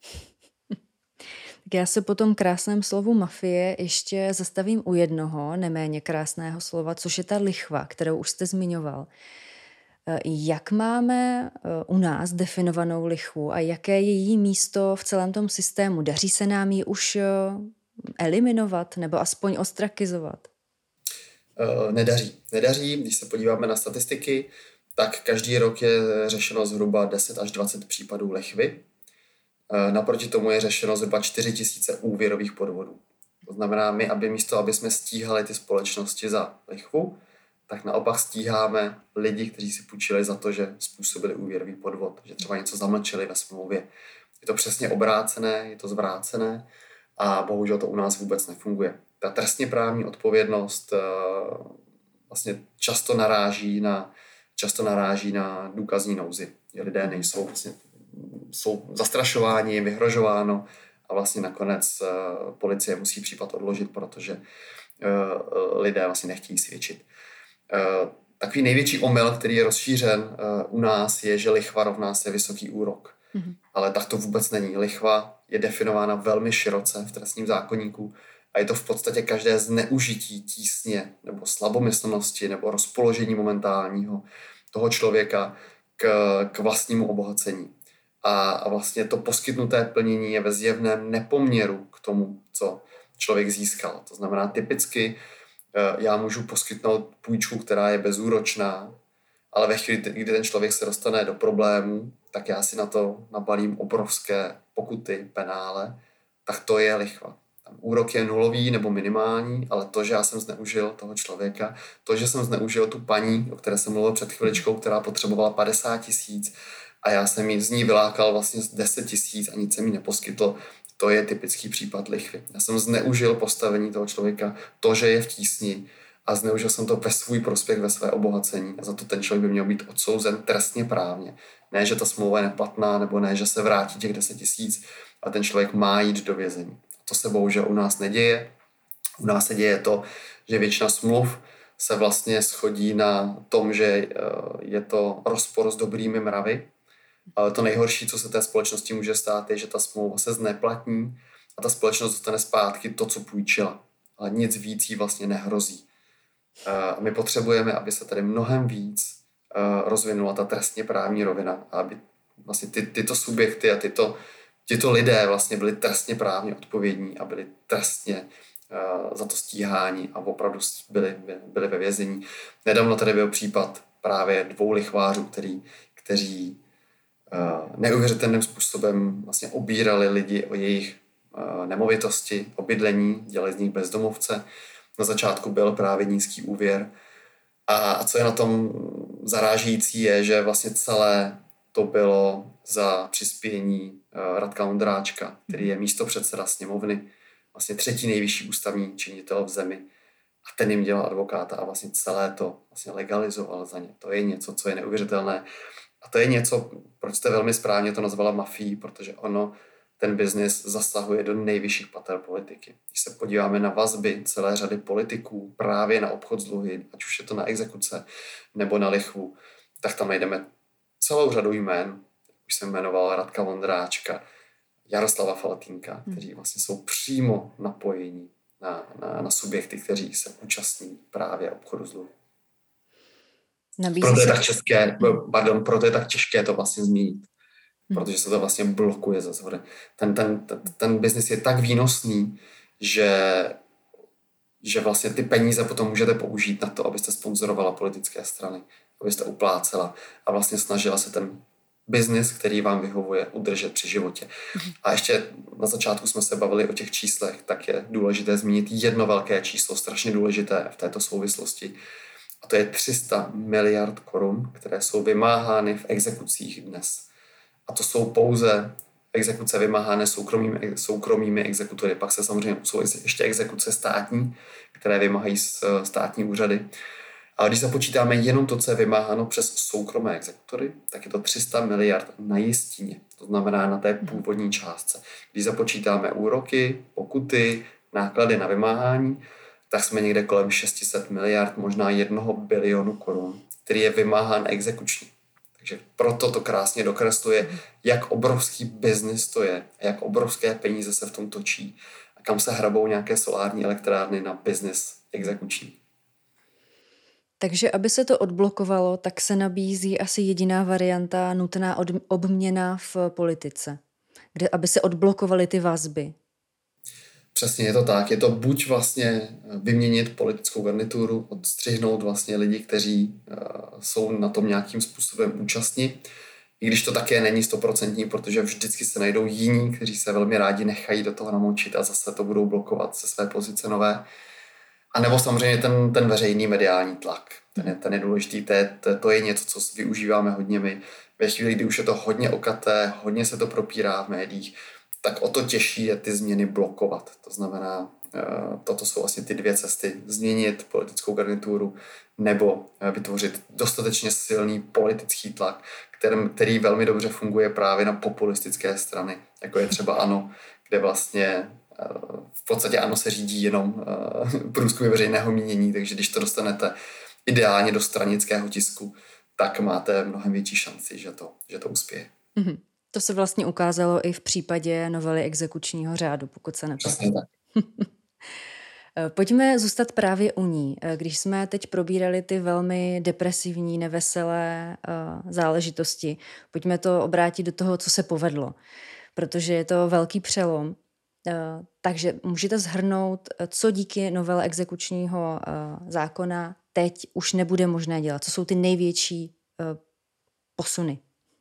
Tak já se po tom krásném slovu mafie ještě zastavím u jednoho neméně krásného slova, což je ta lichva, kterou už jste zmiňoval. Jak máme u nás definovanou lichvu a jaké je její místo v celém tom systému? Daří se nám ji už eliminovat nebo aspoň ostrakizovat? Nedaří. Nedaří. Když se podíváme na statistiky, tak každý rok je řešeno zhruba deset až dvacet případů lichvy. Naproti tomu je řešeno zhruba čtyři tisíce úvěrových podvodů. To znamená, my, aby místo, aby jsme stíhali ty společnosti za lichvu, tak naopak stíháme lidi, kteří si půjčili za to, že způsobili úvěrový podvod, že třeba něco zamlčeli ve smlouvě. Je to přesně obrácené, je to zvrácené a bohužel to u nás vůbec nefunguje. Ta trestně právní odpovědnost vlastně často naráží na často naráží na důkazní nouzi. Že lidé nejsou vlastně, jsou zastrašováni, je vyhrožováno a vlastně nakonec uh, policie musí případ odložit, protože uh, lidé vlastně nechtějí svědčit. Uh, takový největší omyl, který je rozšířen uh, u nás, je, že lichva rovná se vysoký úrok. Mm-hmm. Ale tak to vůbec není. Lichva je definována velmi široce v trestním zákoníku a je to v podstatě každé zneužití tísně nebo slabomyslnosti nebo rozpoložení momentálního toho člověka k, k vlastnímu obohacení. A, a vlastně to poskytnuté plnění je ve zjevném nepoměru k tomu, co člověk získal. To znamená, typicky já můžu poskytnout půjčku, která je bezúročná, ale ve chvíli, kdy ten člověk se dostane do problémů, tak já si na to nabalím obrovské pokuty, penále, tak to je lichva. Tam úrok je nulový nebo minimální, ale to, že já jsem zneužil toho člověka, to, že jsem zneužil tu paní, o které jsem mluvil před chviličkou, která potřebovala padesát tisíc a já jsem jí z ní vylákal vlastně deset tisíc a nic jsem jí neposkytl, to je typický případ lichvy. Já jsem zneužil postavení toho člověka, to, že je v tísni, a zneužil jsem to ve svůj prospěch, ve své obohacení. A za to ten člověk by měl být odsouzen trestně právně. Ne, že ta smlouva je neplatná, nebo ne, že se vrátí těch deset tisíc, a ten člověk má jít do vězení. To se bohužel u nás neděje. U nás se děje to, že většina smluv se vlastně shodí na tom, že je to rozpor s dobrými mravy. Ale to nejhorší, co se té společnosti může stát, je, že ta smlouva se zneplatní a ta společnost dostane zpátky to, co půjčila. Ale nic víc jí vlastně nehrozí. A my potřebujeme, aby se tady mnohem víc rozvinula ta trestně právní rovina a aby vlastně ty, tyto subjekty a tyto, tyto lidé vlastně byli trestně právně odpovědní a byli trestně za to stíháni a opravdu byli, byli ve vězení. Nedávno tady byl případ právě dvou lichvářů, který, kteří neuvěřitelným způsobem vlastně obírali lidi o jejich nemovitosti, o bydlení, dělali z nich bezdomovce. Na začátku byl právě nízký úvěr. A co je na tom zarážející je, že vlastně celé to bylo za přispění Radka Vondráčka, který je místopředseda sněmovny, vlastně třetí nejvyšší ústavní činitel v zemi. A ten jim dělal advokáta a vlastně celé to vlastně legalizoval za ně. To je něco, co je neuvěřitelné. A to je něco, proč jste velmi správně to nazvala mafií, protože ono, ten biznis zasahuje do nejvyšších pater politiky. Když se podíváme na vazby celé řady politiků právě na obchod s dluhy, ať už je to na exekuce nebo na lichvu, tak tam najdeme celou řadu jmén. Už jsem jmenoval Radka Vondráčka, Jaroslava Faltýnka, kteří vlastně jsou přímo napojení na, na, na subjekty, kteří se účastní právě obchodu s dluhy. Proto je, tak české, pardon, proto je tak těžké to vlastně zmínit. Protože se to vlastně blokuje ze shora. Ten, ten, ten, ten biznis je tak výnosný, že, že vlastně ty peníze potom můžete použít na to, abyste sponzorovala politické strany, abyste uplácela a vlastně snažila se ten biznis, který vám vyhovuje, udržet při životě. A ještě na začátku jsme se bavili o těch číslech, tak je důležité zmínit jedno velké číslo, strašně důležité v této souvislosti. A to je tři sta miliard korun, které jsou vymáhány v exekucích dnes. A to jsou pouze exekuce vymáhané soukromými, soukromými exekutory. Pak se samozřejmě jsou ještě exekuce státní, které vymáhají státní úřady. Ale když započítáme jenom to, co je vymáháno přes soukromé exekutory, tak je to tři sta miliard na jistině. To znamená na té původní částce. Když započítáme úroky, pokuty, náklady na vymáhání, tak jsme někde kolem šest set miliard, možná jednoho bilionu korun, který je vymáhán exekučně. Takže proto to krásně dokresluje, jak obrovský biznis to je, jak obrovské peníze se v tom točí a kam se hrabou nějaké solární elektrárny na biznis exekuční. Takže aby se to odblokovalo, tak se nabízí asi jediná varianta, nutná od, obměna v politice, kde, aby se odblokovaly ty vazby. Přesně je to tak. Je to buď vlastně vyměnit politickou garnituru, odstřihnout vlastně lidi, kteří uh, jsou na tom nějakým způsobem účastní, i když to také není stoprocentní, protože vždycky se najdou jiní, kteří se velmi rádi nechají do toho namočit a zase to budou blokovat ze své pozice nové. A nebo samozřejmě ten, ten veřejný mediální tlak. Ten je, ten je důležitý, to je, to je něco, co využíváme hodně my. Ve chvíli, kdy už je to hodně okaté, hodně se to propírá v médiích, tak o to těžší je ty změny blokovat. To znamená toto jsou vlastně ty dvě cesty. Změnit politickou garnituru nebo vytvořit dostatečně silný politický tlak, který, který velmi dobře funguje právě na populistické strany, jako je třeba ANO, kde vlastně v podstatě ANO se řídí jenom průzkumy veřejného mínění, takže když to dostanete ideálně do stranického tisku, tak máte mnohem větší šanci, že to, že to uspěje. Mm-hmm. To se vlastně ukázalo i v případě novely exekučního řádu, pokud se nepletu. Přesně tak. Pojďme zůstat právě u ní. Když jsme teď probírali ty velmi depresivní, neveselé uh, záležitosti, pojďme to obrátit do toho, co se povedlo, protože je to velký přelom. Uh, takže můžete shrnout, co díky novele exekučního uh, zákona teď už nebude možné dělat? Co jsou ty největší uh, posuny?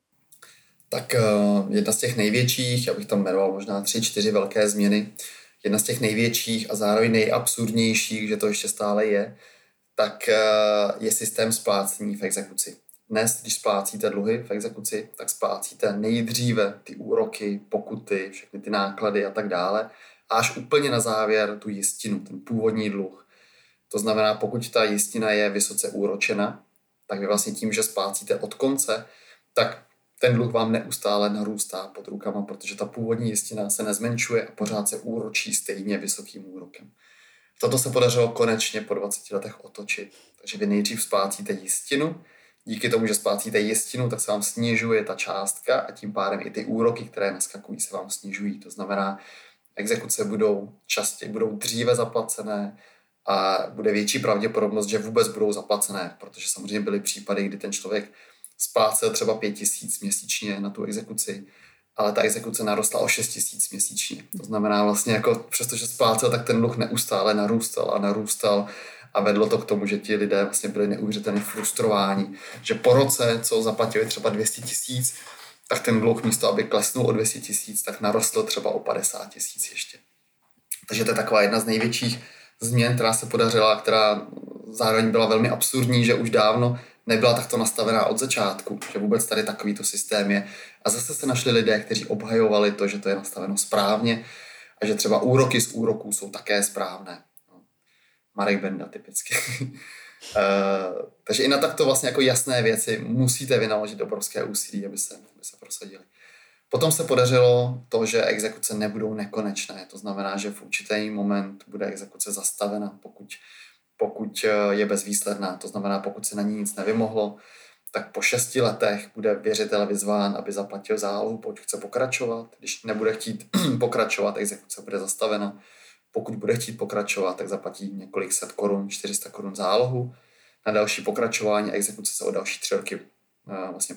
Tak uh, jedna z těch největších, já bych tam jmenoval možná tři, čtyři velké změny, jedna z těch největších a zároveň nejabsurdnějších, že to ještě stále je, tak uh, je systém splácení v exekuci. Dnes, když splácíte dluhy v exekuci, tak splácíte nejdříve ty úroky, pokuty, všechny ty náklady a tak dále, a až úplně na závěr tu jistinu, ten původní dluh. To znamená, pokud ta jistina je vysoce úročena, tak vy vlastně tím, že splácíte od konce, tak ten dluh vám neustále narůstá pod rukama, protože ta původní jistina se nezmenšuje a pořád se úročí stejně vysokým úrokem. Toto se podařilo konečně po dvaceti letech otočit. Takže vy nejdřív splácíte jistinu, díky tomu, že splácíte jistinu, tak se vám snižuje ta částka a tím pádem i ty úroky, které naskakují, se vám snižují. To znamená, exekuce budou častěji, budou dříve zaplacené a bude větší pravděpodobnost, že vůbec budou zaplacené, protože samozřejmě byly případy, kdy ten člověk splácel třeba pět tisíc měsíčně na tu exekuci, ale ta exekuce narostla o šest tisíc měsíčně. To znamená vlastně, jako přestože splácel, tak ten dluh neustále narůstal a narůstal a vedlo to k tomu, že ti lidé vlastně byli neuvěřitelně frustrováni, že po roce, co zaplatili třeba dvě stě tisíc, tak ten dluh místo, aby klesnul o dvě stě tisíc, tak narostl třeba o padesát tisíc ještě. Takže to je taková jedna z největších změn, která se podařila, která zároveň byla velmi absurdní, že už dávno nebyla takto nastavená od začátku, že vůbec tady takovýto systém je. A zase se našli lidé, kteří obhajovali to, že to je nastaveno správně a že třeba úroky z úroků jsou také správné. Marek Benda typicky. uh, takže i na takto vlastně jako jasné věci musíte vynaložit obrovské úsilí, aby se, aby se prosadili. Potom se podařilo to, že exekuce nebudou nekonečné. To znamená, že v určitý moment bude exekuce zastavena, pokud pokud je bezvýsledná. To znamená, pokud se na ní nic nevymohlo, tak po šesti letech bude věřitel vyzván, aby zaplatil zálohu, pokud chce pokračovat. Když nebude chtít pokračovat, exekuce bude zastavena. Pokud bude chtít pokračovat, tak zaplatí několik set korun, čtyři sta korun zálohu. Na další pokračování exekuce se o další tři roky vlastně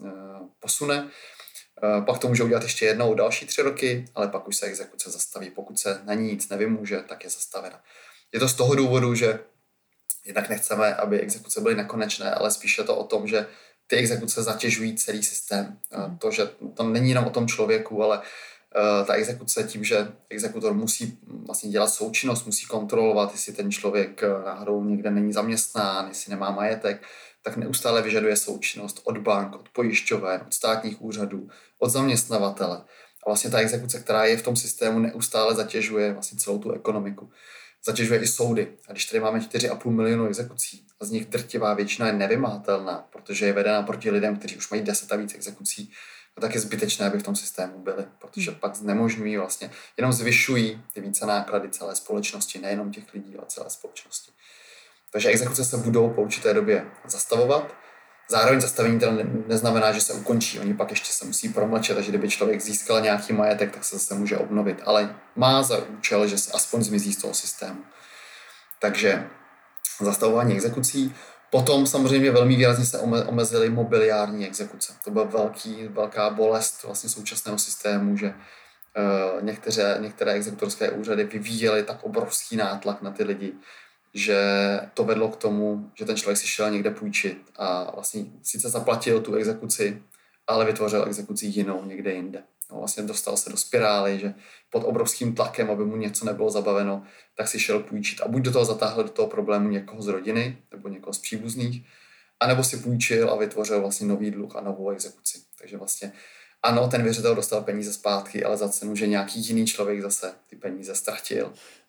posune. Pak to může udělat ještě jednou další tři roky, ale pak už se exekuce zastaví. Pokud se na ní nic nevymůže, tak je zastavena. Je to z toho důvodu, že jednak nechceme, aby exekuce byly nekonečné, ale spíše to o tom, že ty exekuce zatěžují celý systém. Mm. To, že to není jenom o tom člověku, ale uh, ta exekuce tím, že exekutor musí vlastně dělat součinnost, musí kontrolovat, jestli ten člověk náhodou někde není zaměstnán, jestli nemá majetek, tak neustále vyžaduje součinnost od bank, od pojišťoven, od státních úřadů, od zaměstnavatele. A vlastně ta exekuce, která je v tom systému, neustále zatěžuje vlastně celou tu ekonomiku. Zatěžuje i soudy. A když tady máme čtyři a půl milionu exekucí a z nich drtivá většina je nevymahatelná, protože je vedena proti lidem, kteří už mají deset a víc exekucí, no tak je zbytečné, aby v tom systému byli, protože pak znemožňují vlastně, jenom zvyšují ty více náklady celé společnosti, nejenom těch lidí, ale celé společnosti. Takže exekuce se budou po určité době zastavovat. Zároveň zastavení teda neznamená, že se ukončí. Oni pak ještě se musí promlčet, takže kdyby člověk získal nějaký majetek, tak se zase může obnovit. Ale má za účel, že se aspoň zmizí z toho systému. Takže zastavování exekucí. Potom samozřejmě velmi výrazně se omezily mobiliární exekuce. To byla velký, velká bolest vlastně současného systému, že uh, některé, některé exekutorské úřady vyvíjely tak obrovský nátlak na ty lidi, že to vedlo k tomu, že ten člověk si šel někde půjčit a vlastně sice zaplatil tu exekuci, ale vytvořil exekuci jinou někde jinde. No, vlastně dostal se do spirály, že pod obrovským tlakem, aby mu něco nebylo zabaveno, tak si šel půjčit a buď do toho zatáhl do toho problému někoho z rodiny nebo někoho z příbuzných, anebo si půjčil a vytvořil vlastně nový dluh a novou exekuci. Takže vlastně ano, ten věřitel dostal peníze zpátky, ale za cenu, že nějaký jiný člověk zase ty peníze ztratil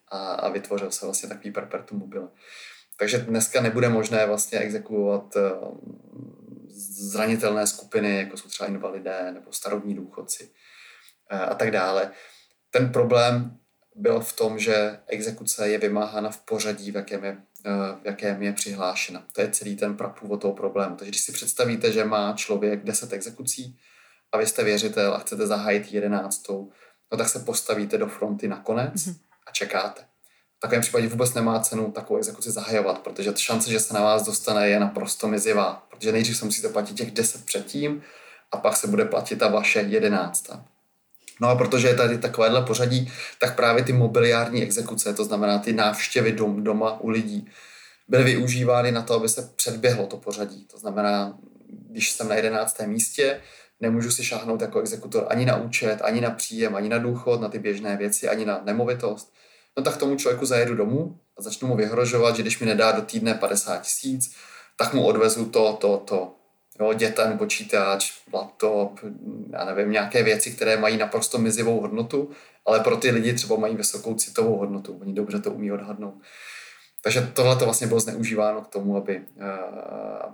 a, a vytvořil se vlastně takový perpetuum mobile. Takže dneska nebude možné vlastně exekuovat zranitelné skupiny, jako jsou třeba invalidé nebo starobní důchodci a tak dále. Ten problém byl v tom, že exekuce je vymáhána v pořadí, v jakém je, v jakém je přihlášena. To je celý ten prapůvod toho problému. Takže když si představíte, že má člověk deset exekucí a vy jste věřitel a chcete zahájit jedenáctou, no tak se postavíte do fronty nakonec mm-hmm. a čekáte. V takovém případě vůbec nemá cenu takovou exekuci zahajovat, protože šance, že se na vás dostane, je naprosto mizivá. Protože nejdřív se musíte platit těch deset předtím a pak se bude platit ta vaše jedenáctá. No a protože je tady takovéhle pořadí, tak právě ty mobiliární exekuce, to znamená ty návštěvy dom, doma u lidí, byly využívány na to, aby se předběhlo to pořadí. To znamená, když jsem na jedenáctém místě, nemůžu si šáhnout jako exekutor ani na účet, ani na příjem, ani na důchod, na ty běžné věci, ani na nemovitost. No tak tomu člověku zajedu domů a začnu mu vyhrožovat, že když mi nedá do týdne padesát tisíc, tak mu odvezu to, to, to. Jo, dětem, počítač, laptop, já nevím, nějaké věci, které mají naprosto mizivou hodnotu, ale pro ty lidi třeba mají vysokou citovou hodnotu. Oni dobře to umí odhadnout. Takže tohle to vlastně bylo zneužíváno k tomu, aby, aby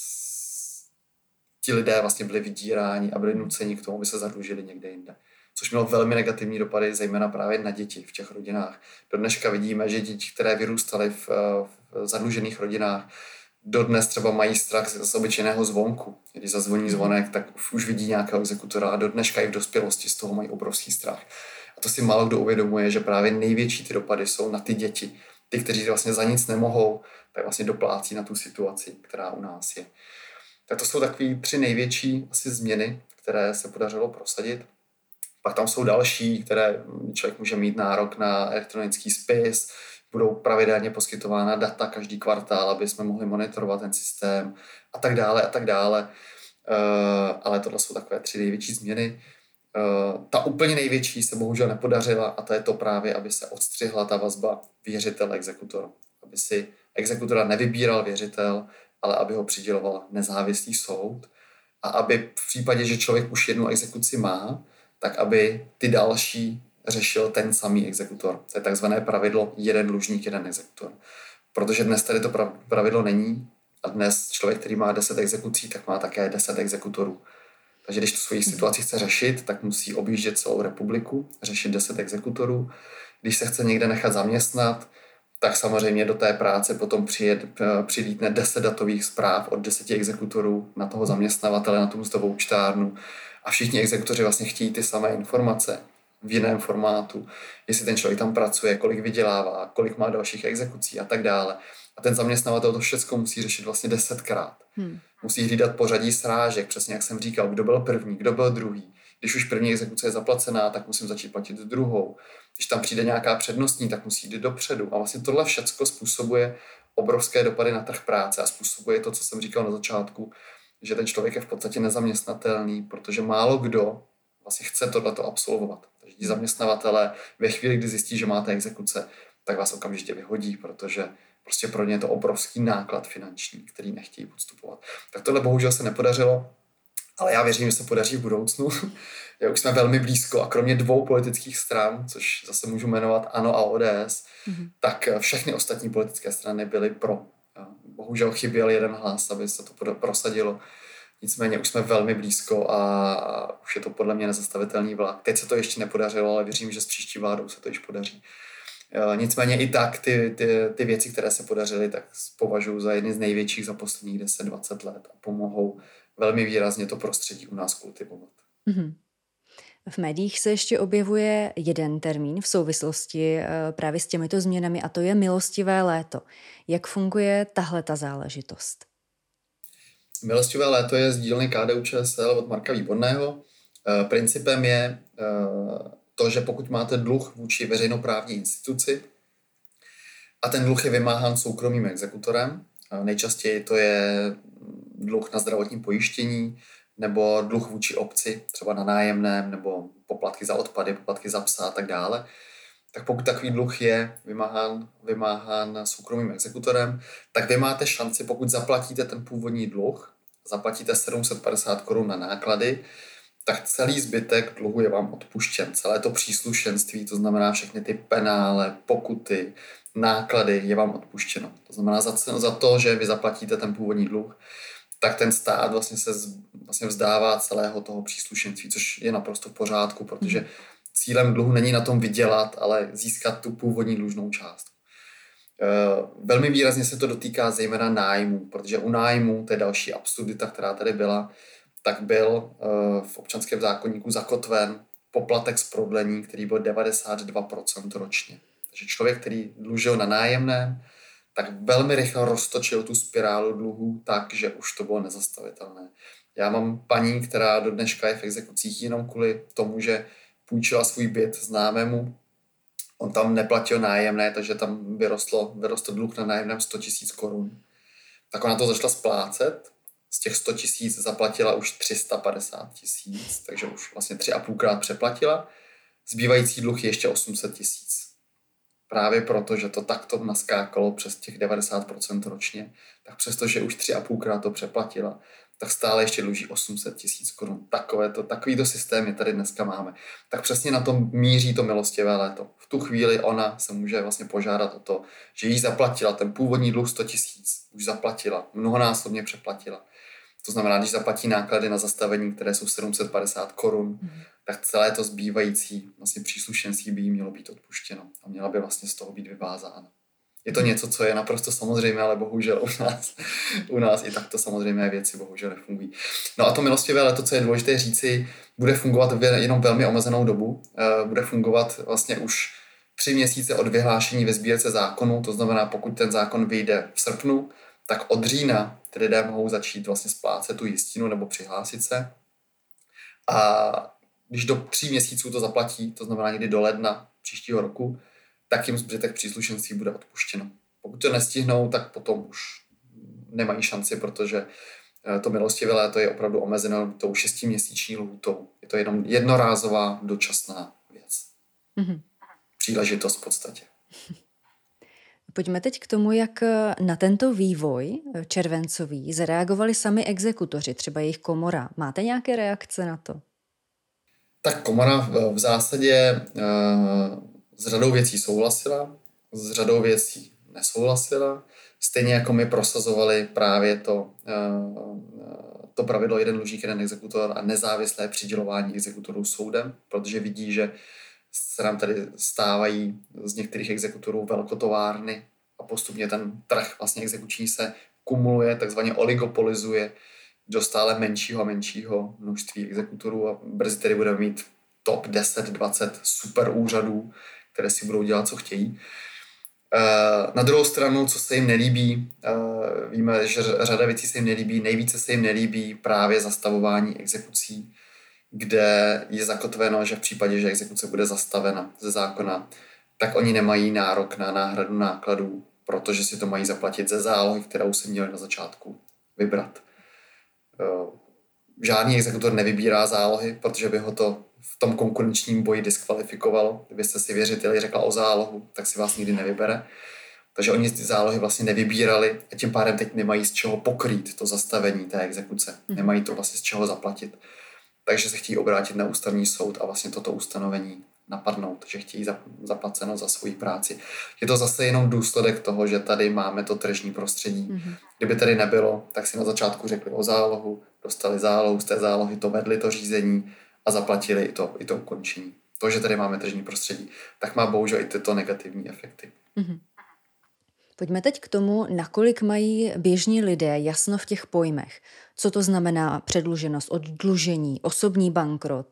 ti lidé vlastně byli vydíráni a byli nuceni k tomu, aby se zadlužili někde jinde. Což mělo velmi negativní dopady, zejména právě na děti v těch rodinách. Do dneška vidíme, že děti, které vyrůstaly v, v zadlužených rodinách, dodnes třeba mají strach z obyčejného zvonku. Když zazvoní zvonek, tak už vidí nějakého exekutora a do dneška i v dospělosti z toho mají obrovský strach. A to si málo kdo uvědomuje, že právě největší ty dopady jsou na ty děti. Ty, kteří vlastně za nic nemohou, tak vlastně doplácí na tu situaci, která u nás je. Tak to jsou takové tři největší asi změny, které se podařilo prosadit. Pak tam jsou další, které člověk může mít nárok na elektronický spis, budou pravidelně poskytována data každý kvartál, aby jsme mohli monitorovat ten systém a tak dále a tak dále. Uh, ale tohle jsou takové tři největší změny. Uh, ta úplně největší se bohužel nepodařila a to je to právě, aby se odstřihla ta vazba věřitel-exekutor. Aby si exekutora nevybíral věřitel, ale aby ho přiděloval nezávislý soud a aby v případě, že člověk už jednu exekuci má, tak aby ty další řešil ten samý exekutor. To je takzvané pravidlo jeden dlužník, jeden exekutor. Protože dnes tady to pravidlo není a dnes člověk, který má deset exekucí, tak má také deset exekutorů. Takže když tu svoji situaci chce řešit, tak musí objíždět celou republiku, řešit deset exekutorů. Když se chce někde nechat zaměstnat, tak samozřejmě do té práce potom přijed, přilítne deset datových zpráv od deseti exekutorů na toho zaměstnavatele, na tu mzdovou účtárnu. A všichni exekutoři vlastně chtějí ty samé informace v jiném formátu, jestli ten člověk tam pracuje, kolik vydělává, kolik má dalších exekucí a tak dále. A ten zaměstnavatel to všechno musí řešit vlastně desetkrát. Hmm. Musí hlídat pořadí srážek, přesně jak jsem říkal, kdo byl první, kdo byl druhý. Když už první exekuce je zaplacená, tak musím začít platit druhou. Když tam přijde nějaká přednostní, tak musí jít dopředu. A vlastně tohle všechno způsobuje obrovské dopady na trh práce a způsobuje to, co jsem říkal na začátku, že ten člověk je v podstatě nezaměstnatelný, protože málo kdo vlastně chce tohleto absolvovat. Takže ti zaměstnavatelé ve chvíli, kdy zjistí, že máte exekuce, tak vás okamžitě vyhodí, protože prostě pro ně je to obrovský náklad finanční, který nechtějí podstupovat. Tak tohle bohužel se nepodařilo, ale já věřím, že se podaří v budoucnu. Já už jsme velmi blízko a kromě dvou politických stran, což zase můžu jmenovat ANO a O D S, mm-hmm. tak všechny ostatní politické strany byly pro. Bohužel chyběl jeden hlas, aby se to prosadilo. Nicméně už jsme velmi blízko a už je to podle mě nezastavitelný vlak. Teď se to ještě nepodařilo, ale věřím, že s příští vládou se to již podaří. Nicméně i tak ty, ty, ty věci, které se podařily, tak považuji za jedny z největších za posledních deset dvacet let a pomohou velmi výrazně to prostředí u nás kultivovat. Mm-hmm. V médiích se ještě objevuje jeden termín v souvislosti právě s těmito změnami a to je milostivé léto. Jak funguje tahle ta záležitost? Milostivé léto je z dílny K D U Č S L od Marka Výborného. Principem je to, že pokud máte dluh vůči veřejnoprávní instituci a ten dluh je vymáhán soukromým exekutorem, nejčastěji to je dluh na zdravotním pojištění nebo dluh vůči obci, třeba na nájemném nebo poplatky za odpady, poplatky za psa a tak dále, tak pokud takový dluh je vymáhán, vymáhán soukromým exekutorem, tak vy máte šanci, pokud zaplatíte ten původní dluh, zaplatíte sedm set padesát korun na náklady, tak celý zbytek dluhu je vám odpuštěn. Celé to příslušenství, to znamená všechny ty penále, pokuty, náklady je vám odpuštěno. To znamená za, za to, že vy zaplatíte ten původní dluh, tak ten stát vlastně se z, vlastně vzdává celého toho příslušenství, což je naprosto v pořádku, protože cílem dluhu není na tom vydělat, ale získat tu původní dlužnou část. E, velmi výrazně se to dotýká zejména nájmu, protože u nájmu, to je další absurdita, která tady byla, tak byl e, v občanském zákoníku zakotven poplatek z prodlení, který byl devadesát dva procent ročně. Takže člověk, který dlužil na nájemném, tak velmi rychle roztočil tu spirálu dluhů tak, že už to bylo nezastavitelné. Já mám paní, která do dneška je v exekucích jenom kvůli tomu, že půjčila svůj byt známému. On tam neplatil nájemné, takže tam vyrostlo, vyrostl dluh na nájemném sto tisíc korun. Tak ona to začala splácet. Z těch sto tisíc zaplatila už tři sta padesát tisíc, takže už vlastně tři a půlkrát přeplatila. Zbývající dluh je ještě osm set tisíc. Právě proto, že to takto naskákalo přes těch devadesát procent ročně, tak přestože už tři a půlkrát to přeplatila, tak stále ještě dluží osm set tisíc korun. Takové to, takovýto systémy tady dneska máme. Tak přesně na tom míří to milostivé léto. V tu chvíli ona se může vlastně požádat o to, že jí zaplatila ten původní dluh sto tisíc. Už zaplatila, mnohonásobně přeplatila. To znamená, když zaplatí náklady na zastavení, které jsou sedm set padesát korun, mm. tak celé to zbývající vlastně příslušenství by jí mělo být odpuštěno a měla by vlastně z toho být vyvázána. Je to něco, co je naprosto samozřejmé, ale bohužel u nás, u nás i takto samozřejmé věci bohužel nefungují. No a to milostivé léto, co je důležité říci, bude fungovat jenom velmi omezenou dobu. Bude fungovat vlastně už tři měsíce od vyhlášení ve sbírce zákonu, to znamená, pokud ten zákon vyjde v srpnu, tak od října ty lidé mohou začít vlastně splácet tu jistinu nebo přihlásit se. A když do tří měsíců to zaplatí, to znamená někdy do ledna příštího roku, tak jim zbytek příslušenství bude odpuštěno. Pokud to nestihnou, tak potom už nemají šanci, protože to milostivé léto je opravdu omezeno tou šestiměsíční lhůtou. Je to jenom jednorázová dočasná věc. Mm-hmm. Příležitost v podstatě. Pojďme teď k tomu, jak na tento vývoj červencový zareagovali sami exekutoři, třeba jejich komora. Máte nějaké reakce na to? Tak komora v zásadě s řadou věcí souhlasila, s řadou věcí nesouhlasila. Stejně jako my prosazovali právě to, to pravidlo jeden dlužník, jeden exekutor a nezávislé přidělování exekutorů soudem, protože vidí, že se nám tady stávají z některých exekutorů velkotovárny a postupně ten trh vlastně exekuční se kumuluje, takzvaně oligopolizuje do stále menšího a menšího množství exekutorů a brzy tedy budeme mít top deset dvacet super úřadů, které si budou dělat, co chtějí. Na druhou stranu, co se jim nelíbí, víme, že řada věcí se jim nelíbí, nejvíce se jim nelíbí právě zastavování exekucí, kde je zakotveno, že v případě, že exekuce bude zastavena ze zákona, tak oni nemají nárok na náhradu nákladů, protože si to mají zaplatit ze zálohy, kterou si měli na začátku vybrat. Žádný exekutor nevybírá zálohy, protože by ho to v tom konkurenčním boji diskvalifikovalo. Kdybyste si věřiteli řekla o zálohu, tak si vás nikdy nevybere. Takže oni ty zálohy vlastně nevybírali a tím pádem teď nemají z čeho pokrýt to zastavení té exekuce. Nemají to vlastně z čeho zaplatit. Takže se chtějí obrátit na ústavní soud a vlastně toto ustanovení napadnout, že chtějí zaplaceno za svoji práci. Je to zase jenom důsledek toho, že tady máme to tržní prostředí. Mm-hmm. Kdyby tady nebylo, tak si na začátku řekli o zálohu, dostali zálohu, z té zálohy to vedli to řízení a zaplatili i to, i to ukončení. To, že tady máme tržní prostředí, tak má bohužel i tyto negativní efekty. Mm-hmm. Pojďme teď k tomu, nakolik mají běžní lidé jasno v těch pojmech. Co to znamená předluženost, oddlužení, osobní bankrot?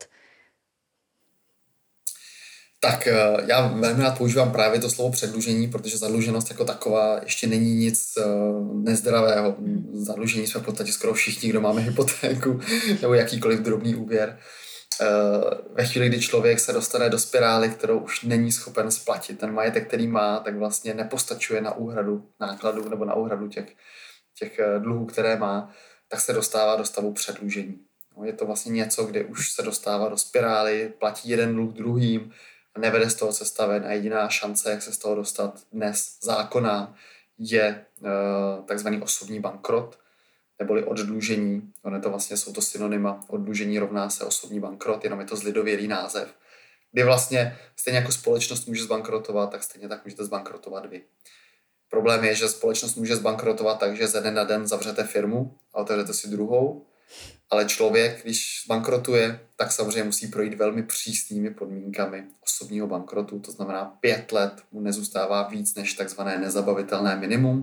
Tak já velmi rád používám právě to slovo předlužení, protože zadluženost jako taková ještě není nic nezdravého. Zadlužení jsme v podstatě skoro všichni, kdo máme hypotéku nebo jakýkoliv drobný úvěr. Ve chvíli, kdy člověk se dostane do spirály, kterou už není schopen splatit, ten majetek, který má, tak vlastně nepostačuje na úhradu nákladů nebo na úhradu těch, těch dluhů, které má, tak se dostává do stavu předlužení. Je to vlastně něco, kde už se dostává do spirály, platí jeden dluh druhým, nevede z toho cesta ven a jediná šance, jak se z toho dostat dnes zákonná, je uh, takzvaný osobní bankrot. neboli oddlužení. Ono to vlastně jsou to synonyma. Oddlužení rovná se osobní bankrot, jenom je to zlidovělý název. Kdy vlastně stejně jako společnost může zbankrotovat, tak stejně tak můžete zbankrotovat vy. Problém je, že společnost může zbankrotovat tak, že ze dne na den zavřete firmu a otevřete si druhou, ale člověk, když zbankrotuje, tak samozřejmě musí projít velmi přísnými podmínkami osobního bankrotu, to znamená pět let mu nezůstává víc než takzvané nezabavitelné minimum.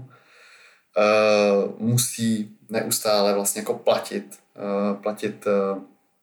Uh, musí neustále vlastně jako platit, uh, platit uh,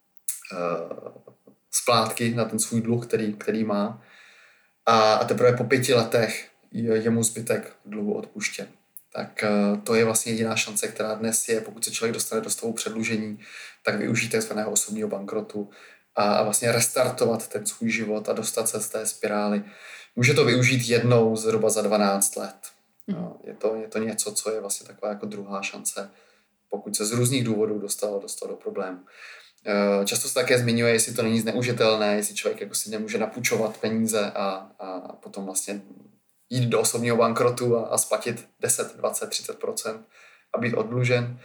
uh, splátky na ten svůj dluh, který, který má. A, a teprve po pěti letech je, je mu zbytek dluhu odpuštěn. Tak uh, to je vlastně jediná šance, která dnes je, pokud se člověk dostane do stavu předlužení, tak využít takzvaného osobního bankrotu a, a vlastně restartovat ten svůj život a dostat se z té spirály. Může to využít jednou zhruba za dvanáct let. No, je, to, je to něco, co je vlastně taková jako druhá šance, pokud se z různých důvodů dostal, dostal do problému. Často se také zmiňuje, jestli to není zneužitelné, jestli člověk jako si nemůže napůjčovat peníze a, a potom vlastně jít do osobního bankrotu a, a splatit deset, dvacet, třicet procent a být oddlužen.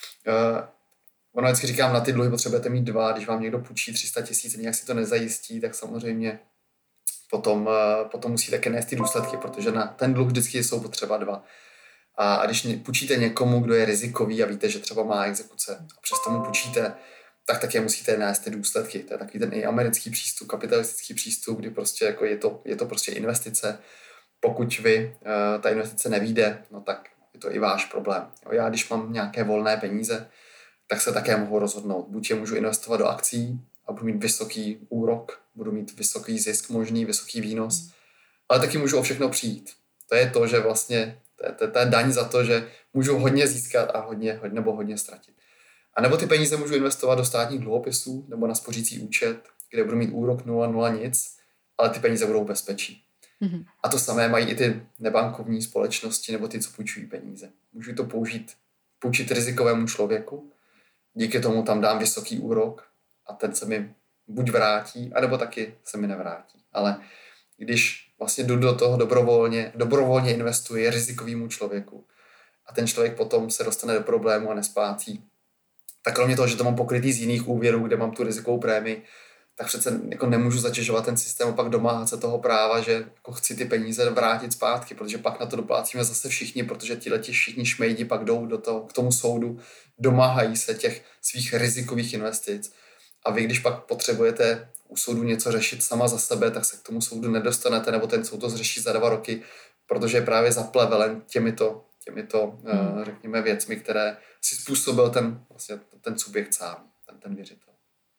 Ono vždycky říkám, na ty dluhy potřebujete mít dva, když vám někdo půjčí tři sta tisíc, nějak si to nezajistí, tak samozřejmě Potom, potom musí také nést ty důsledky, protože na ten dluh vždycky jsou potřeba dva. A, a když půjčíte někomu, kdo je rizikový a víte, že třeba má exekuce a přesto mu půjčíte, tak také musíte nést ty důsledky. To je takový ten i americký přístup, kapitalistický přístup, kdy prostě jako je, to, je to prostě investice. Pokud vy uh, ta investice nevyjde, no tak je to i váš problém. Jo, já když mám nějaké volné peníze, tak se také mohu rozhodnout. Buď je můžu investovat do akcií, a budu mít vysoký úrok, budu mít vysoký zisk možný, vysoký výnos, ale taky můžu o všechno přijít. To je to, že vlastně to je, to je daň za to, že můžu hodně získat a hodně, hodně nebo hodně ztratit. A nebo ty peníze můžu investovat do státních dluhopisů nebo na spořící účet, kde budu mít úrok nula nula nic, ale ty peníze budou v bezpečí. Mm-hmm. A to samé mají i ty nebankovní společnosti nebo ty, co půjčují peníze. Můžu to použít, půjčit rizikovému člověku, díky tomu tam dám vysoký úrok, a ten se mi buď vrátí, anebo taky se mi nevrátí. Ale když vlastně jdu do toho dobrovolně, dobrovolně investuji rizikovýmu člověku a ten člověk potom se dostane do problému a nesplácí, tak kromě toho, že to mám pokrytý z jiných úvěrů, kde mám tu rizikovou prémii, tak přece jako nemůžu zatěžovat ten systém a pak domáhat se toho práva, že jako chci ty peníze vrátit zpátky, protože pak na to doplácíme zase všichni, protože tihleti všichni šmejdi pak jdou do toho, k tomu soudu, domáhají se těch svých rizikových investic. A vy, když pak potřebujete u soudu něco řešit sama za sebe, tak se k tomu soudu nedostanete, nebo ten soud to zřeší za dva roky, protože je právě zaplevelen těmito, těmito hmm. řekněme, věcmi, které si způsobil ten, vlastně, ten subjekt sám, ten, ten věřitel.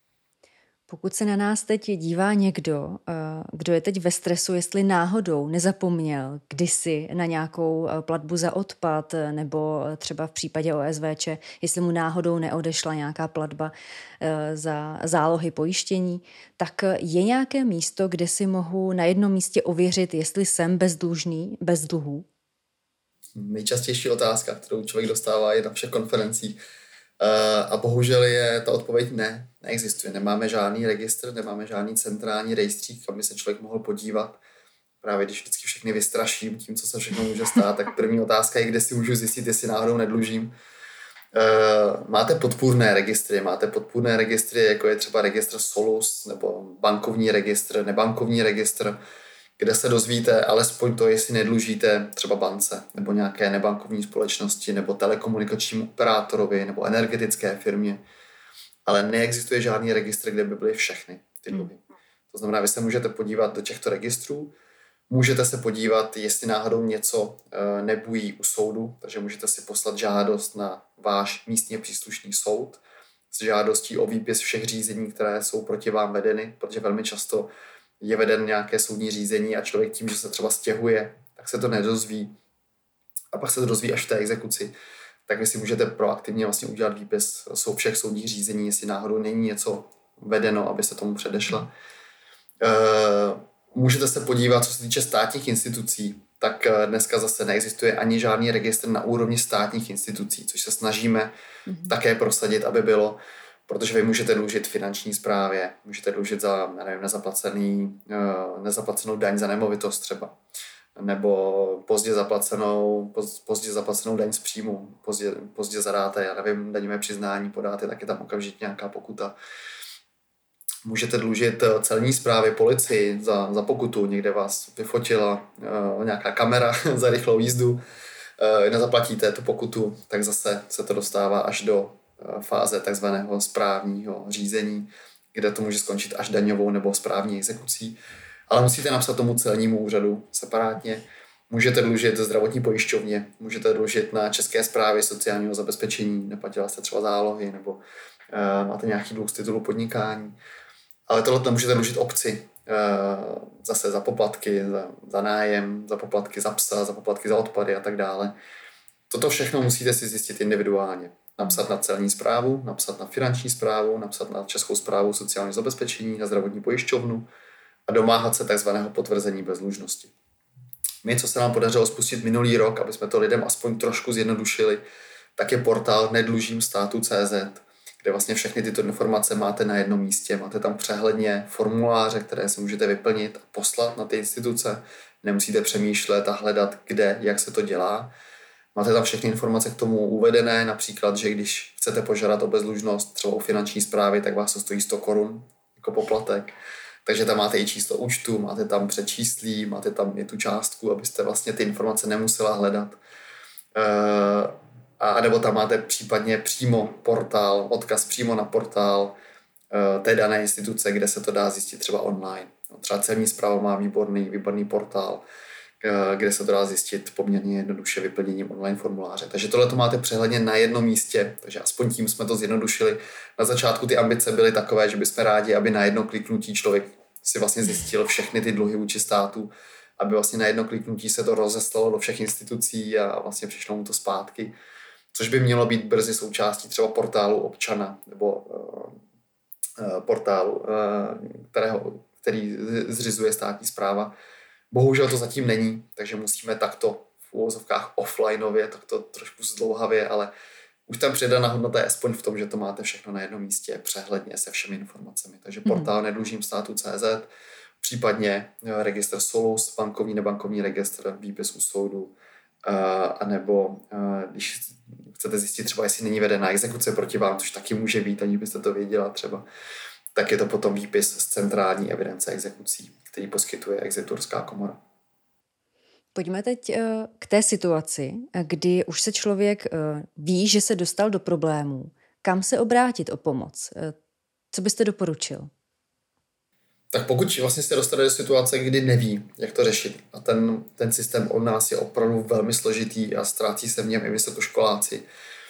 Pokud se na nás teď dívá někdo, kdo je teď ve stresu, jestli náhodou nezapomněl kdysi na nějakou platbu za odpad, nebo třeba v případě O S V Č, jestli mu náhodou neodešla nějaká platba za zálohy pojištění, tak je nějaké místo, kde si mohu na jednom místě ověřit, jestli jsem bezdlužný, bez dluhů? Nejčastější otázka, kterou člověk dostává, je na všech konferencích. A bohužel je ta odpověď ne, neexistuje. Nemáme žádný registr, nemáme žádný centrální rejstřík, kam by se člověk mohl podívat. Právě když vždycky všechny vystraším tím, co se všechno může stát, tak první otázka je, kde si můžu zjistit, jestli náhodou nedlužím. Máte podpůrné registry, máte podpůrné registry, jako je třeba registr Solus, nebo bankovní registr, nebankovní registr, kde se dozvíte alespoň to, jestli nedlužíte třeba bance nebo nějaké nebankovní společnosti nebo telekomunikačnímu operátorovi nebo energetické firmě. Ale neexistuje žádný registr, kde by byly všechny ty dluhy. To znamená, vy se můžete podívat do těchto registrů, můžete se podívat, jestli náhodou něco nebují u soudu, takže můžete si poslat žádost na váš místně příslušný soud s žádostí o výpis všech řízení, které jsou proti vám vedeny, protože velmi často je veden nějaké soudní řízení a člověk tím, že se třeba stěhuje, tak se to nedozví a pak se to dozví až v té exekuci. Tak vy si můžete proaktivně vlastně udělat výpis všech soudních řízení, jestli náhodou není něco vedeno, aby se tomu předešla. Můžete se podívat, co se týče státních institucí, tak dneska zase neexistuje ani žádný registr na úrovni státních institucí, což se snažíme mm-hmm. také prosadit, aby bylo, protože vy můžete dlužit finanční správě, můžete dlužit za, nevím, nezaplacený, nezaplacenou daň za nemovitost třeba. nebo pozdě zaplacenou, pozdě zaplacenou daň z příjmu, pozdě, pozdě zadáte, já nevím, daňové přiznání podáte, tak je tam okamžitě nějaká pokuta. Můžete dlužit celní správě, policii za, za pokutu, někde vás vyfotila uh, nějaká kamera za rychlou jízdu, uh, nezaplatíte tu pokutu, tak zase se to dostává až do uh, fáze takzvaného správního řízení, kde to může skončit až daňovou nebo správní exekucí. Ale musíte napsat tomu celnímu úřadu separátně. Můžete dlužit zdravotní pojišťovně, můžete dlužit na České správě sociálního zabezpečení, neplatila jste třeba zálohy, nebo uh, máte nějaký dluh z titulu podnikání. Ale tohle můžete dlužit obci, uh, zase za poplatky, za, za nájem, za poplatky za psa, za poplatky za odpady a tak dále. Toto všechno musíte si zjistit individuálně. Napsat na celní správu, napsat na finanční správu, napsat na Českou správu sociálního zabezpečení, na zdravotní pojišťovnu a domáhat se takzvaného potvrzení bezdlužnosti. My, co se nám podařilo spustit minulý rok, aby jsme to lidem aspoň trošku zjednodušili, tak je portál nedlužím státu tečka cé zet, kde vlastně všechny tyto informace máte na jednom místě. Máte tam přehledně formuláře, které si můžete vyplnit a poslat na ty instituce. Nemusíte přemýšlet a hledat, kde, jak se to dělá. Máte tam všechny informace k tomu uvedené, například, že když chcete požádat o bezdlužnost třeba u finanční správy, tak vás to stojí sto korun jako poplatek. Takže tam máte i číslo účtu, máte tam přečíslí, máte tam i tu částku, abyste vlastně ty informace nemusela hledat. Uh, a nebo tam máte případně přímo portál, odkaz přímo na portál uh, té dané instituce, kde se to dá zjistit třeba online. No, třeba celní správa má výborný, výborný portál, uh, kde se to dá zjistit poměrně jednoduše vyplněním online formuláře. Takže tohle to máte přehledně na jednom místě, takže aspoň tím jsme to zjednodušili. Na začátku ty ambice byly takové, že bychom rádi, aby na jedno kliknutí člověk si vlastně zjistil všechny ty dluhy vůči státu, aby vlastně na jedno kliknutí se to rozeslalo do všech institucí a vlastně přišlo mu to zpátky. Což by mělo být brzy součástí třeba portálu občana nebo uh, portálu, uh, kterého, který zřizuje státní správa. Bohužel to zatím není, takže musíme takto v uvozovkách offlineově, takto trošku zdlouhavě, ale už tam přidaná hodnota je aspoň v tom, že to máte všechno na jednom místě, přehledně se všemi informacemi. Takže portál nedlužím státu tečka cé zet, případně registr Solus, bankovní, nebankovní registr, výpis u soudu, uh, anebo uh, když chcete zjistit třeba, jestli není vedená exekuce proti vám, což taky může být, aniž byste to věděla třeba, tak je to potom výpis z centrální evidence exekucí, který poskytuje exekutorská komora. Pojďme teď k té situaci, kdy už se člověk ví, že se dostal do problémů. Kam se obrátit o pomoc? Co byste doporučil? Tak pokud vlastně se dostane do situace, kdy neví, jak to řešit a ten, ten systém od nás je opravdu velmi složitý a ztrácí se v něm i vysokoškoláci,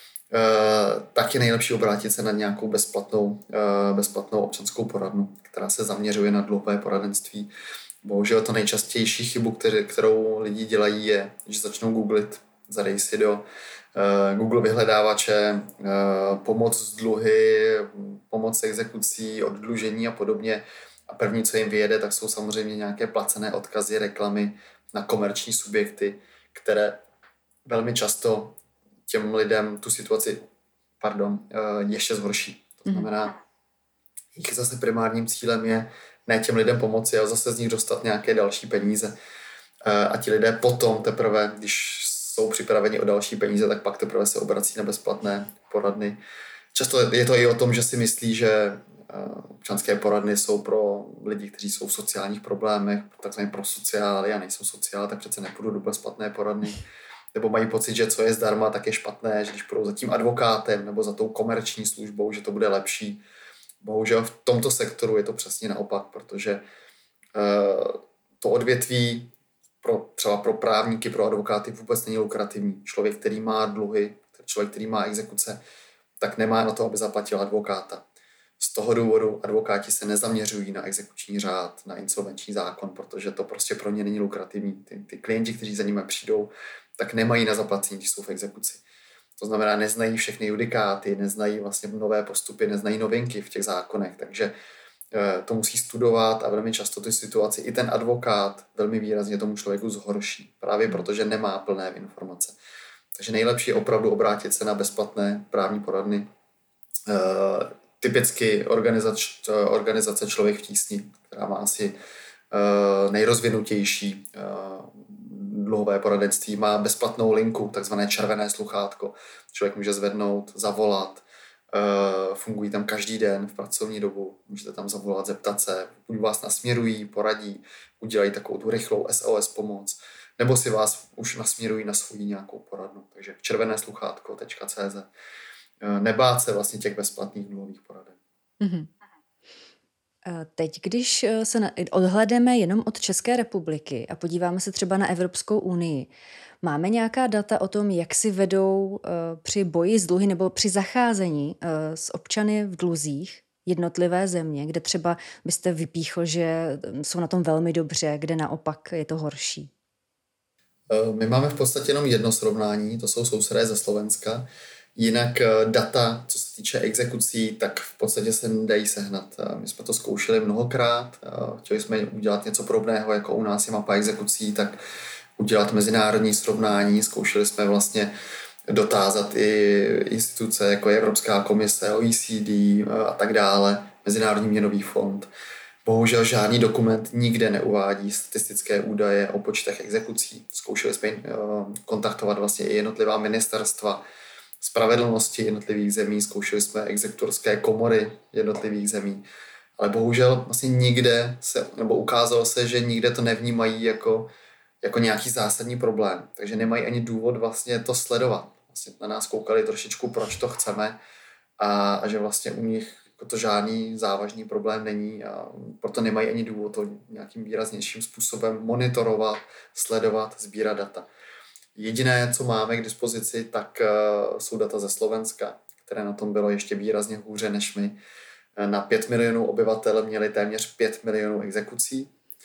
tak je nejlepší obrátit se na nějakou bezplatnou, bezplatnou občanskou poradnu, která se zaměřuje na dluhové poradenství. Bohužel to nejčastější chybu, který, kterou lidi dělají, je, že začnou googlit, zadají si do uh, Google vyhledávače uh, pomoc s dluhy, pomoc s exekucí, oddlužení a podobně. A první, co jim vyjede, tak jsou samozřejmě nějaké placené odkazy, reklamy na komerční subjekty, které velmi často těm lidem tu situaci pardon, uh, ještě zhorší. To znamená, jejich zase primárním cílem je ne těm lidem pomoci, ale zase z nich dostat nějaké další peníze. A ti lidé potom teprve, když jsou připraveni o další peníze, tak pak teprve se obrací na bezplatné poradny. Často je to i o tom, že si myslí, že občanské poradny jsou pro lidi, kteří jsou v sociálních problémech, takzvaně pro sociály a nejsou sociály, tak přece nepůjdu do bezplatné poradny. Nebo mají pocit, že co je zdarma, tak je špatné, že když půjdou za tím advokátem nebo za tou komerční službou, že to bude lepší. Bohužel v tomto sektoru je to přesně naopak, protože uh, to odvětví pro, třeba pro právníky, pro advokáty vůbec není lukrativní. Člověk, který má dluhy, člověk, který má exekuce, tak nemá na to, aby zaplatil advokáta. Z toho důvodu advokáti se nezaměřují na exekuční řád, na insolvenční zákon, protože to prostě pro ně není lukrativní. Ty, ty klienti, kteří za nimi přijdou, tak nemají na zaplacení, když jsou v exekuci. To znamená, neznají všechny judikáty, neznají vlastně nové postupy, neznají novinky v těch zákonech, takže to musí studovat a velmi často ty situaci i ten advokát velmi výrazně tomu člověku zhorší, právě protože nemá plné informace. Takže nejlepší je opravdu obrátit se na bezplatné právní poradny. Typicky organizace, organizace Člověk v tísni, která má asi nejrozvinutější dluhové poradenství má bezplatnou linku, takzvané červené sluchátko. Člověk může zvednout, zavolat, fungují tam každý den v pracovní dobu, můžete tam zavolat, zeptat se, buď vás nasměrují, poradí, udělají takovou tu rychlou S O S pomoc, nebo si vás už nasměrují na svou nějakou poradnu. Takže červené sluchátko tečka cé zet. Nebát se vlastně těch bezplatných dluhových poraden. Mm-hmm. Teď, když se odhlédneme jenom od České republiky a podíváme se třeba na Evropskou unii, máme nějaká data o tom, jak si vedou při boji s dluhy nebo při zacházení s občany v dluzích jednotlivé země, kde třeba byste vypíchl, že jsou na tom velmi dobře, kde naopak je to horší? My máme v podstatě jenom jedno srovnání, to jsou sousedé ze Slovenska. Jinak data, co se týče exekucí, tak v podstatě se nedají sehnat. My jsme to zkoušeli mnohokrát, chtěli jsme udělat něco podobného, jako u nás je mapa exekucí, tak udělat mezinárodní srovnání. Zkoušeli jsme vlastně dotázat i instituce, jako je Evropská komise, O E C D a tak dále, Mezinárodní měnový fond. Bohužel žádný dokument nikde neuvádí statistické údaje o počtech exekucí. Zkoušeli jsme kontaktovat vlastně i jednotlivá ministerstva spravedlnosti jednotlivých zemí, zkoušeli jsme exekutorské komory jednotlivých zemí, ale bohužel vlastně nikde se, nebo ukázalo se, že nikde to nevnímají jako, jako nějaký zásadní problém, takže nemají ani důvod vlastně to sledovat. Vlastně na nás koukali trošičku, proč to chceme a, a že vlastně u nich jako to žádný závažný problém není a proto nemají ani důvod to nějakým výraznějším způsobem monitorovat, sledovat, sbírat data. Jediné, co máme k dispozici, tak uh, jsou data ze Slovenska, které na tom bylo ještě výrazně hůře než my. Na pět milionů obyvatel měli téměř pět milionů exekucí.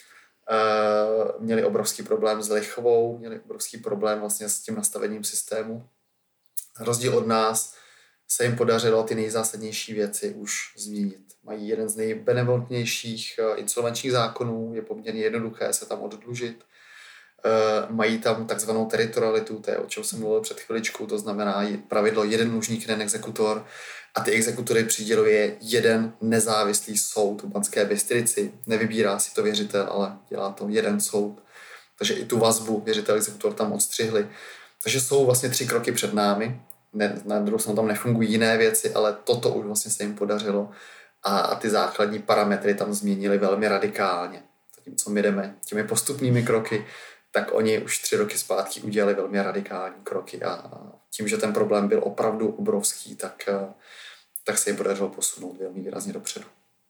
Uh, měli obrovský problém s lichvou, měli obrovský problém vlastně s tím nastavením systému. Na rozdíl od nás se jim podařilo ty nejzásadnější věci už změnit. Mají jeden z nejbenevolentnějších uh, insolvenčních zákonů, je poměrně jednoduché se tam oddlužit. Uh, mají tam takzvanou teritorialitu, to je o čem jsem mluvil před chviličkou, to znamená pravidlo jeden dlužník, jeden exekutor a ty exekutory přiděluje jeden nezávislý soud v Banské Bystrici. Nevybírá si to věřitel, ale dělá to jeden soud. Takže i tu vazbu věřitel exekutor tam odstřihli. Takže jsou vlastně tři kroky před námi. Ne, na druhou stranu tam nefungují jiné věci, ale toto už vlastně se jim podařilo a, a ty základní parametry tam změnili velmi radikálně. Zatímco my jdeme těmi postupnými kroky, tak oni už tři roky zpátky udělali velmi radikální kroky a tím, že ten problém byl opravdu obrovský, tak, tak se jim podařilo posunout velmi výrazně dopředu.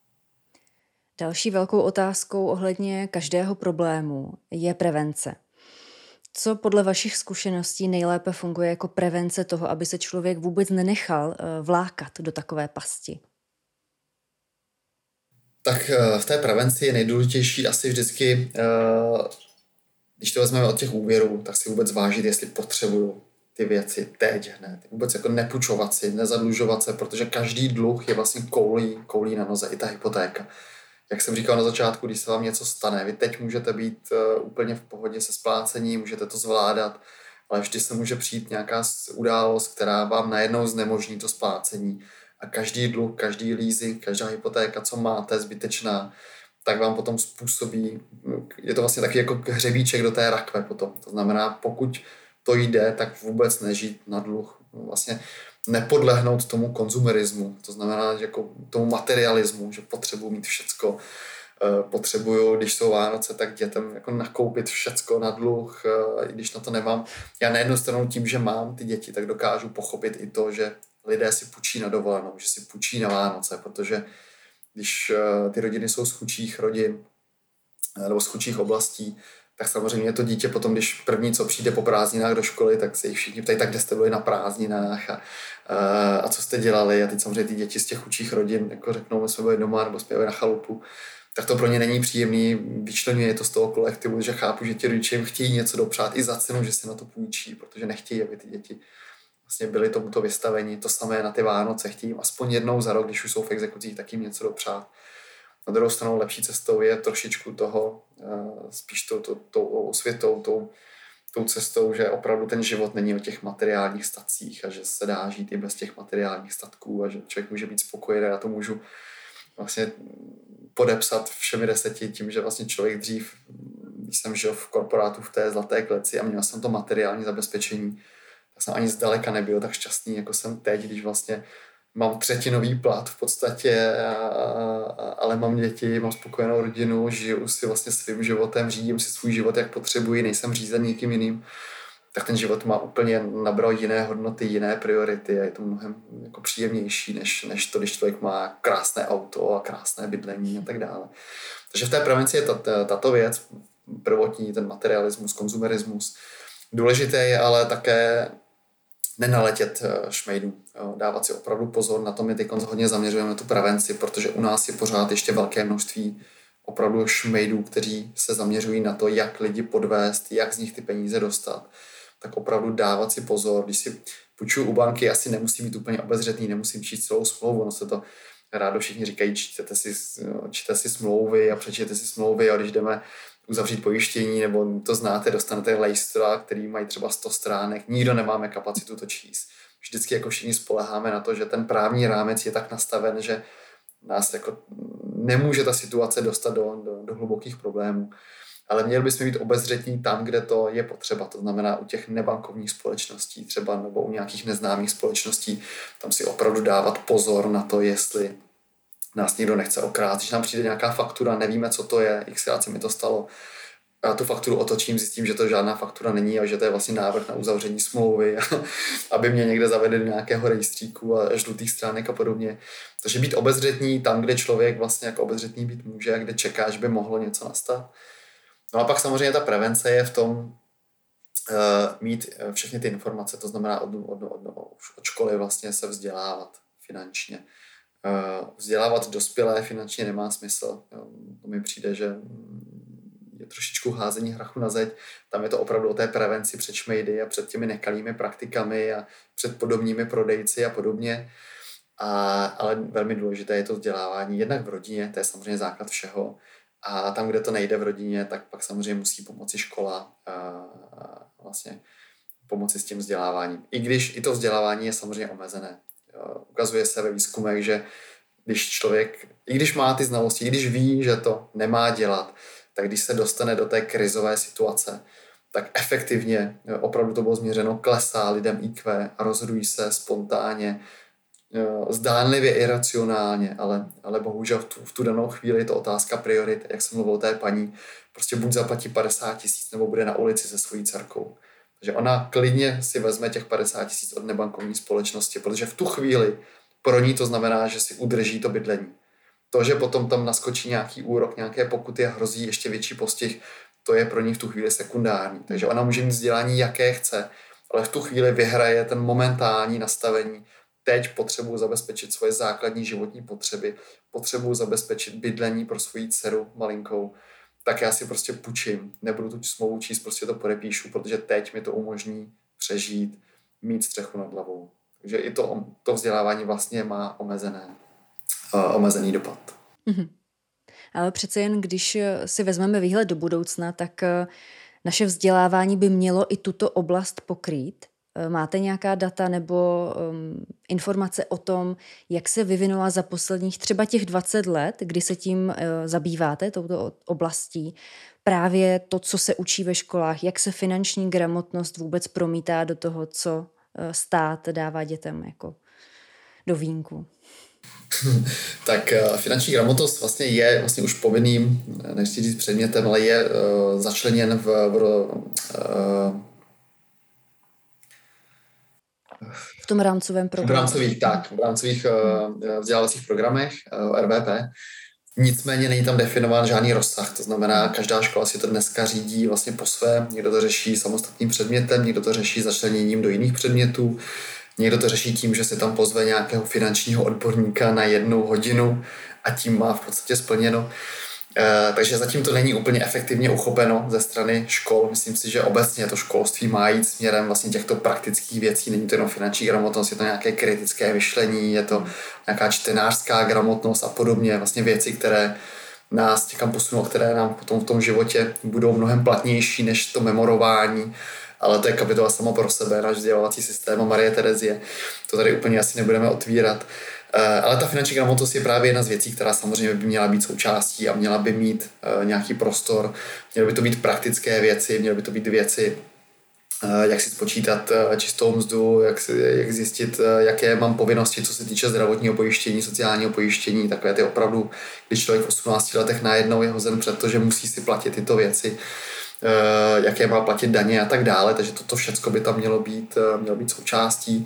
Další velkou otázkou ohledně každého problému je prevence. Co podle vašich zkušeností nejlépe funguje jako prevence toho, aby se člověk vůbec nenechal vlákat do takové pasti? Tak v té prevenci je nejdůležitější asi vždycky, když to vezmeme od těch úvěrů, tak si vůbec zvážit, jestli potřebuju ty věci teď hned. Vůbec jako nepůjčovat si, nezadlužovat se, protože každý dluh je vlastně koulí, koulí na noze, i ta hypotéka. Jak jsem říkal na začátku, když se vám něco stane, vy teď můžete být uh, úplně v pohodě se splácením, můžete to zvládat, ale vždy se může přijít nějaká událost, která vám najednou znemožní to splácení. A každý dluh, každý leasing, každá hypotéka, co máte, zbytečná, tak vám potom způsobí, je to vlastně taky jako hřebíček do té rakve potom. To znamená, pokud to jde, tak vůbec nežít na dluh. Vlastně nepodlehnout tomu konzumerismu, to znamená jako tomu materialismu, že potřebuji mít všecko, potřebuju, když jsou Vánoce, tak dětem jako nakoupit všecko na dluh, i když na to nemám. Já na jednu stranu tím, že mám ty děti, tak dokážu pochopit i to, že lidé si půjčí na dovolenou, že si půjčí na Vánoce, protože když ty rodiny jsou z chudších rodin nebo z chudších oblastí, tak samozřejmě to dítě potom, když první, co přijde po prázdninách do školy, tak se jich všichni ptají, tak kde jste byli na prázdninách a, a, a co jste dělali. A teď samozřejmě ty děti z těch chudších rodin jako řeknou, my jsme byli doma nebo jsme byli na chalupu, tak to pro ně není příjemný, vyčleňuje to z toho kolektivu, že chápu, že ti rodiče jim chtějí něco dopřát i za cenu, že si na to půjčí, protože nechtějí, aby ty děti vlastně byly tomuto vystaveni. To samé na ty Vánoce, chtějí aspoň jednou za rok, když už jsou v exekucích, tak jim něco dopřát. Na druhou stranu lepší cestou je trošičku toho, spíš tou, tou, tou osvětou, tou, tou cestou, že opravdu ten život není o těch materiálních statcích a že se dá žít i bez těch materiálních statků a že člověk může být spokojený. Já to můžu vlastně podepsat všemi deseti tím, že vlastně člověk dřív když jsem žil v korporátu v té zlaté kleci a měl jsem to materiální zabezpečení, tak jsem ani zdaleka nebyl tak šťastný, jako jsem teď, když vlastně mám třetinový plat v podstatě, a, a, ale mám děti, mám spokojenou rodinu, žiju si vlastně svým životem, řídím si svůj život, jak potřebuji, nejsem řízen nikým jiným, tak ten život má úplně nabral jiné hodnoty, jiné priority a je to mnohem jako příjemnější, než, než to, když člověk má krásné auto a krásné bydlení a tak dále. Takže v té prevenci je tato věc, prvotní, ten materialismus, konzumerismus. Důležité je ale také nenaletět šmejdů, dávat si opravdu pozor, na to my teď hodně zaměřujeme na tu prevenci, protože u nás je pořád ještě velké množství opravdu šmejdů, kteří se zaměřují na to, jak lidi podvést, jak z nich ty peníze dostat. Tak opravdu dávat si pozor, když si půjčuju u banky, asi nemusí být úplně obezřetný, nemusím číst celou smlouvu, ono se to rádo všichni říkají, čtěte si, čtěte si smlouvy a přečtěte si smlouvy a když jdeme uzavřít pojištění, nebo to znáte, dostanete lejstra, který mají třeba sto stránek, nikdo nemáme kapacitu to číst. Vždycky jako všichni spoleháme na to, že ten právní rámec je tak nastaven, že nás jako nemůže ta situace dostat do, do, do hlubokých problémů. Ale měli bychom být obezřetní tam, kde to je potřeba. To znamená u těch nebankovních společností třeba nebo u nějakých neznámých společností. Tam si opravdu dávat pozor na to, jestli nás někdo nechce okrást. Když nám přijde nějaká faktura, nevíme, co to je, xkrát se mi to stalo. Já tu fakturu otočím, zjistím, že to žádná faktura není a že to je vlastně návrh na uzavření smlouvy, aby mě někde zavedli do nějakého rejstříku a žlutých stránek a podobně. Takže být obezřetní tam, kde člověk vlastně jako obezřetný být může a kde čeká, že by mohlo něco nastat. No a pak samozřejmě ta prevence je v tom uh, mít všechny ty informace, to znamená od, od, od, od školy vlastně se vzdělávat finančně. Uh, vzdělávat dospělé finančně nemá smysl. To mi přijde, že je trošičku házení hrachu na zeď. Tam je to opravdu o té prevenci před šmejdy a před těmi nekalými praktikami a před podobnými prodejci a podobně. A, ale velmi důležité je to vzdělávání jednak v rodině, to je samozřejmě základ všeho. A tam, kde to nejde v rodině, tak pak samozřejmě musí pomoci škola a, a vlastně pomoci s tím vzděláváním. I když i to vzdělávání je samozřejmě omezené. Ukazuje se ve výzkumech, že když člověk, i když má ty znalosti, i když ví, že to nemá dělat, tak když se dostane do té krizové situace, tak efektivně, opravdu to bylo změřeno, klesá lidem í kvé a rozhodují se spontánně, zdánlivě iracionálně, ale, ale bohužel v tu, v tu danou chvíli je to otázka priorit, jak jsem mluvil o té paní, prostě buď zaplatí padesát tisíc, nebo bude na ulici se svojí dcerkou. Takže ona klidně si vezme těch padesát tisíc od nebankovní společnosti, protože v tu chvíli pro ní to znamená, že si udrží to bydlení. To, že potom tam naskočí nějaký úrok, nějaké pokuty a hrozí ještě větší postih, to je pro ní v tu chvíli sekundární. Takže ona může mít vzdělání, jaké chce, ale v tu chvíli vyhraje ten momentální nastavení. Teď potřebuji zabezpečit svoje základní životní potřeby, potřebuji zabezpečit bydlení pro svoji dceru malinkou, tak já si prostě půjčím, nebudu tu smlouvu číst, prostě to podepíšu, protože teď mi to umožní přežít, mít střechu nad hlavou. Takže i to, to vzdělávání vlastně má omezené, uh, omezený dopad. Mm-hmm. Ale přece jen, když si vezmeme výhled do budoucna, tak naše vzdělávání by mělo i tuto oblast pokrýt. Máte nějaká data nebo um, informace o tom, jak se vyvinula za posledních třeba těch dvacet let, kdy se tím uh, zabýváte, touto oblastí, právě to, co se učí ve školách, jak se finanční gramotnost vůbec promítá do toho, co uh, stát dává dětem jako do vínku? Tak uh, finanční gramotnost vlastně je vlastně už povinným, nechci říct předmětem, ale je uh, začleněn v, v uh, v tom rámcovém programu. V rámcových, tak, v rámcových uh, vzdělávacích programech uh, er vé pé. Nicméně není tam definován žádný rozsah, to znamená, každá škola si to dneska řídí vlastně po svém, někdo to řeší samostatným předmětem, někdo to řeší začleněním do jiných předmětů, někdo to řeší tím, že si tam pozve nějakého finančního odborníka na jednu hodinu a tím má v podstatě splněno. Uh, takže zatím to není úplně efektivně uchopeno ze strany škol. Myslím si, že obecně to školství má jít směrem vlastně těchto praktických věcí. Není to jenom finanční gramotnost, je to nějaké kritické myšlení, je to nějaká čtenářská gramotnost a podobně. Vlastně věci, které nás někam posunou, které nám potom v tom životě budou mnohem platnější než to memorování ale to je kapitola sama pro sebe, náš vzdělávací systém a Marie Terezie. To tady úplně asi nebudeme otvírat. Ale ta finanční gramotnost je právě jedna z věcí, která samozřejmě by měla být součástí a měla by mít nějaký prostor. Měly by to být praktické věci, měly by to být věci, jak si spočítat čistou mzdu, jak, si, jak zjistit, jaké mám povinnosti, co se týče zdravotního pojištění, sociálního pojištění, takové ty opravdu, když člověk v osmnácti letech najednou je hozen před to, že musí si platit tyto věci, jaké má platit daně a tak dále, takže toto všecko by tam mělo být, mělo být součástí.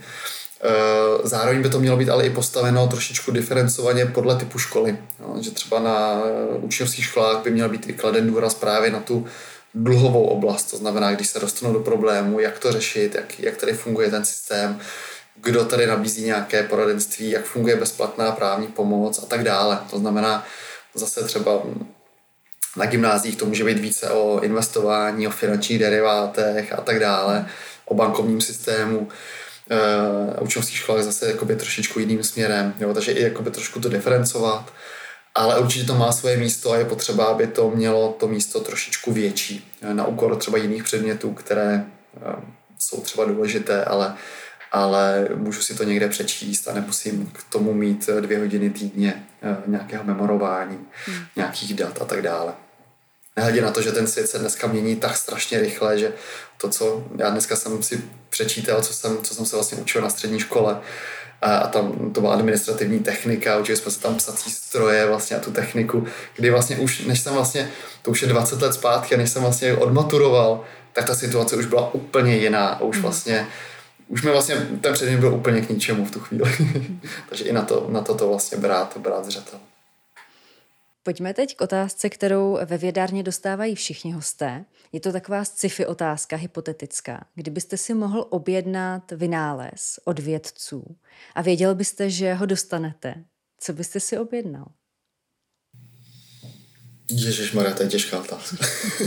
Zároveň by to mělo být ale i postaveno trošičku diferencovaně podle typu školy. No, že třeba na učňovských školách by měl být i kladen důraz právě na tu dluhovou oblast, to znamená, když se dostanou do problému, jak to řešit, jak, jak tady funguje ten systém, kdo tady nabízí nějaké poradenství, jak funguje bezplatná právní pomoc a tak dále. To znamená, zase třeba na gymnáziích to může být více o investování, o finančních derivátech a tak dále, o bankovním systému. Uh, učňovských školách zase jakoby trošičku jiným směrem, jo? Takže i jakoby trošku to diferencovat, ale určitě to má svoje místo a je potřeba, aby to mělo to místo trošičku větší, na úkor třeba jiných předmětů, které uh, jsou třeba důležité, ale, ale můžu si to někde přečíst a nemusím k tomu mít dvě hodiny týdně uh, nějakého memorování, hmm. nějakých dat a tak dále. Nehledě na to, že ten svět se dneska mění tak strašně rychle, že to, co já dneska jsem si přečítal, co jsem, co jsem se vlastně učil na střední škole, a, a tam to byla administrativní technika, učili jsme se tam psací stroje vlastně a tu techniku, kdy vlastně už, než jsem vlastně, to už je dvacet let zpátky, a než jsem vlastně odmaturoval, tak ta situace už byla úplně jiná a už vlastně, už mi vlastně ten předmět byl úplně k ničemu v tu chvíli. Takže i na to, na to, to vlastně brát, brát zřetel. Pojďme teď k otázce, kterou ve vědárně dostávají všichni hosté. Je to taková sci-fi otázka, hypotetická. Kdybyste si mohl objednat vynález od vědců a věděl byste, že ho dostanete, co byste si objednal? Ježišmarja, to je těžká otázka.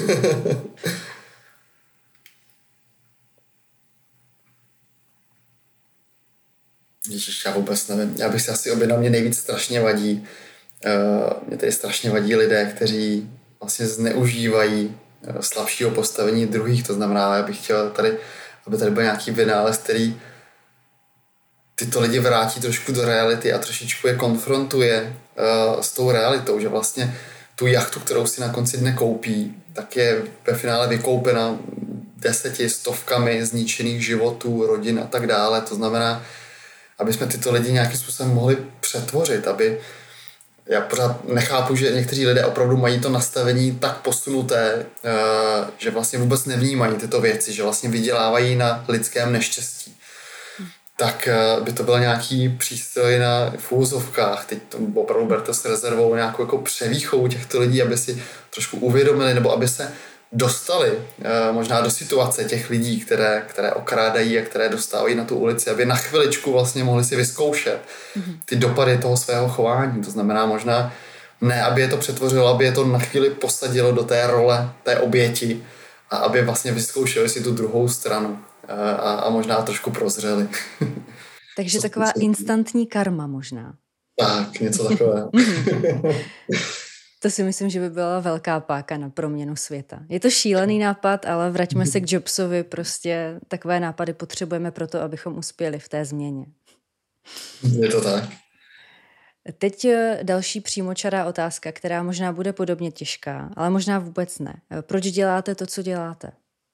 Ježiš, já vůbec nevím. Já bych si asi objednal, mě nejvíc strašně vadí. Uh, mě tady strašně vadí lidé, kteří vlastně zneužívají uh, slabšího postavení druhých. To znamená, já bych chtěl tady, aby tady byl nějaký vynález, který tyto lidi vrátí trošku do reality a trošičku je konfrontuje uh, s tou realitou, že vlastně tu jachtu, kterou si na konci dne koupí, tak je ve finále vykoupena deseti, stovkami zničených životů, rodin a tak dále. To znamená, aby jsme tyto lidi nějakým způsobem mohli přetvořit, aby já pořád nechápu, že někteří lidé opravdu mají to nastavení tak posunuté, že vlastně vůbec nevnímají tyto věci, že vlastně vydělávají na lidském neštěstí. Tak by to byl nějaký přístroj na fúzovkách, teď to opravdu berte s rezervou nějakou jako převýchovu těchto lidí, aby si trošku uvědomili, nebo aby se dostali možná do situace těch lidí, které, které okrádají a které dostávají na tu ulici, aby na chviličku vlastně mohli si vyzkoušet ty dopady toho svého chování. To znamená možná ne, aby je to přetvořilo, aby je to na chvíli posadilo do té role, té oběti a aby vlastně vyzkoušeli si tu druhou stranu a, a možná trošku prozřeli. Takže taková instantní karma možná. Tak, něco takového. To si myslím, že by byla velká páka na proměnu světa. Je to šílený nápad, ale vraťme se k Jobsovi. Prostě takové nápady potřebujeme proto, abychom uspěli v té změně. Je to tak. Teď další přímočará otázka, která možná bude podobně těžká, ale možná vůbec ne. Proč děláte to, co děláte?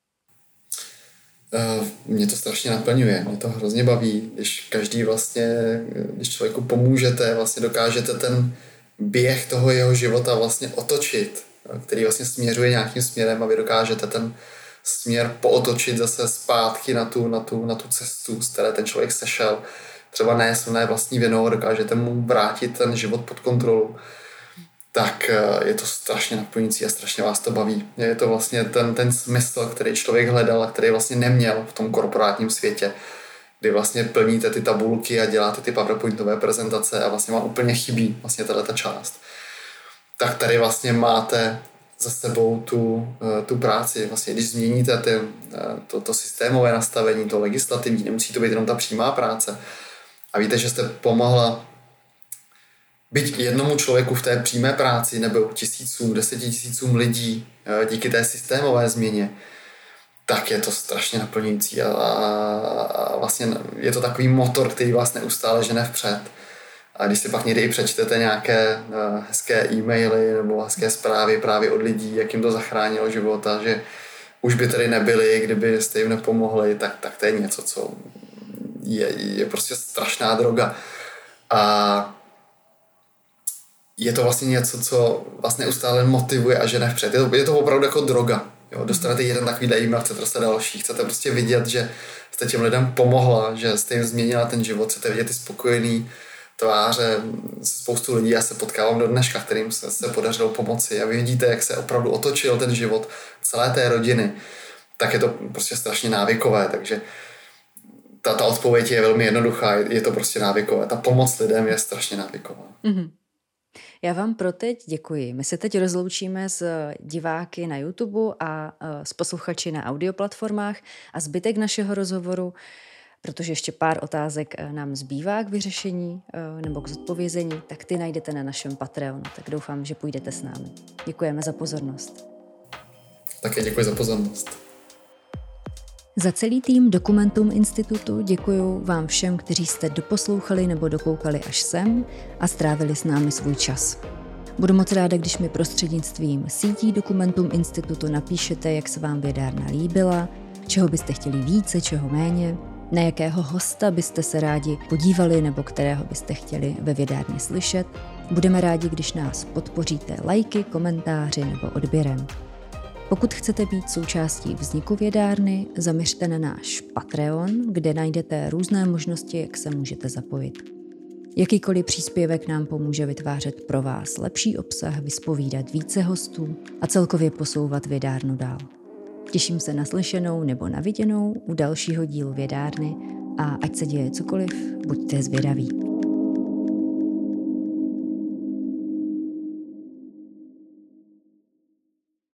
Uh, mě to strašně naplňuje, mě to hrozně baví, když každý vlastně, když člověku pomůžete, vlastně dokážete ten běh toho jeho života vlastně otočit, který vlastně směřuje nějakým směrem a vy dokážete ten směr pootočit zase zpátky na tu, na tu, na tu cestu, z které ten člověk sešel. Třeba ne své vlastní vinou, dokážete mu vrátit ten život pod kontrolu. Tak je to strašně naplňující a strašně vás to baví. Je to vlastně ten, ten smysl, který člověk hledal a který vlastně neměl v tom korporátním světě, kdy vlastně plníte ty tabulky a děláte ty powerpointové prezentace a vlastně vám úplně chybí vlastně tato část. Tak tady vlastně máte za sebou tu, tu práci. Vlastně když změníte ty, to, to systémové nastavení, to legislativní, nemusí to být jenom ta přímá práce. A víte, že jste pomohla byť jednomu člověku v té přímé práci nebo tisícům, desetitisícům lidí díky té systémové změně, tak je to strašně naplňující a, a vlastně je to takový motor, který vás neustále žene vpřed. A když si pak někdy i přečtete nějaké uh, hezké e-maily nebo hezké zprávy právě od lidí, jak jim to zachránilo života, že už by tady nebyli, kdyby jste jim nepomohli, tak, tak to je něco, co je, je prostě strašná droga. A je to vlastně něco, co vás neustále motivuje a žene vpřed. Je to, je to opravdu jako droga. Jo? Dostanete jeden takový e-mail, chcete dostat další, chcete prostě vidět, že jste těm lidem pomohla, že jste jim změnila ten život, chcete vidět ty spokojený tváře, spoustu lidí, já se potkávám do dneška, kterým se, se podařilo pomoci a vy vidíte, jak se opravdu otočil ten život celé té rodiny, tak je to prostě strašně návykové, takže ta, ta odpověď je velmi jednoduchá, je to prostě návykové. Ta pomoc lidem je strašně návyková. Mm-hmm. Já vám pro teď děkuji. My se teď rozloučíme s diváky na YouTube a s posluchači na audioplatformách a zbytek našeho rozhovoru, protože ještě pár otázek nám zbývá k vyřešení nebo k zodpovězení, tak ty najdete na našem Patreonu. Tak doufám, že půjdete s námi. Děkujeme za pozornost. Také děkuji za pozornost. Za celý tým Dokumentum Institutu děkuji vám všem, kteří jste doposlouchali nebo dokoukali až sem a strávili s námi svůj čas. Budu moc ráda, když mi prostřednictvím sítí Dokumentum Institutu napíšete, jak se vám vědárna líbila, čeho byste chtěli více, čeho méně, na jakého hosta byste se rádi podívali nebo kterého byste chtěli ve vědárně slyšet. Budeme rádi, když nás podpoříte lajky, komentáři nebo odběrem. Pokud chcete být součástí vzniku vědárny, zaměřte na náš Patreon, kde najdete různé možnosti, jak se můžete zapojit. Jakýkoliv příspěvek nám pomůže vytvářet pro vás lepší obsah, vyspovídat více hostů a celkově posouvat vědárnu dál. Těším se na slyšenou nebo na viděnou u dalšího dílu vědárny a ať se děje cokoliv, buďte zvědaví.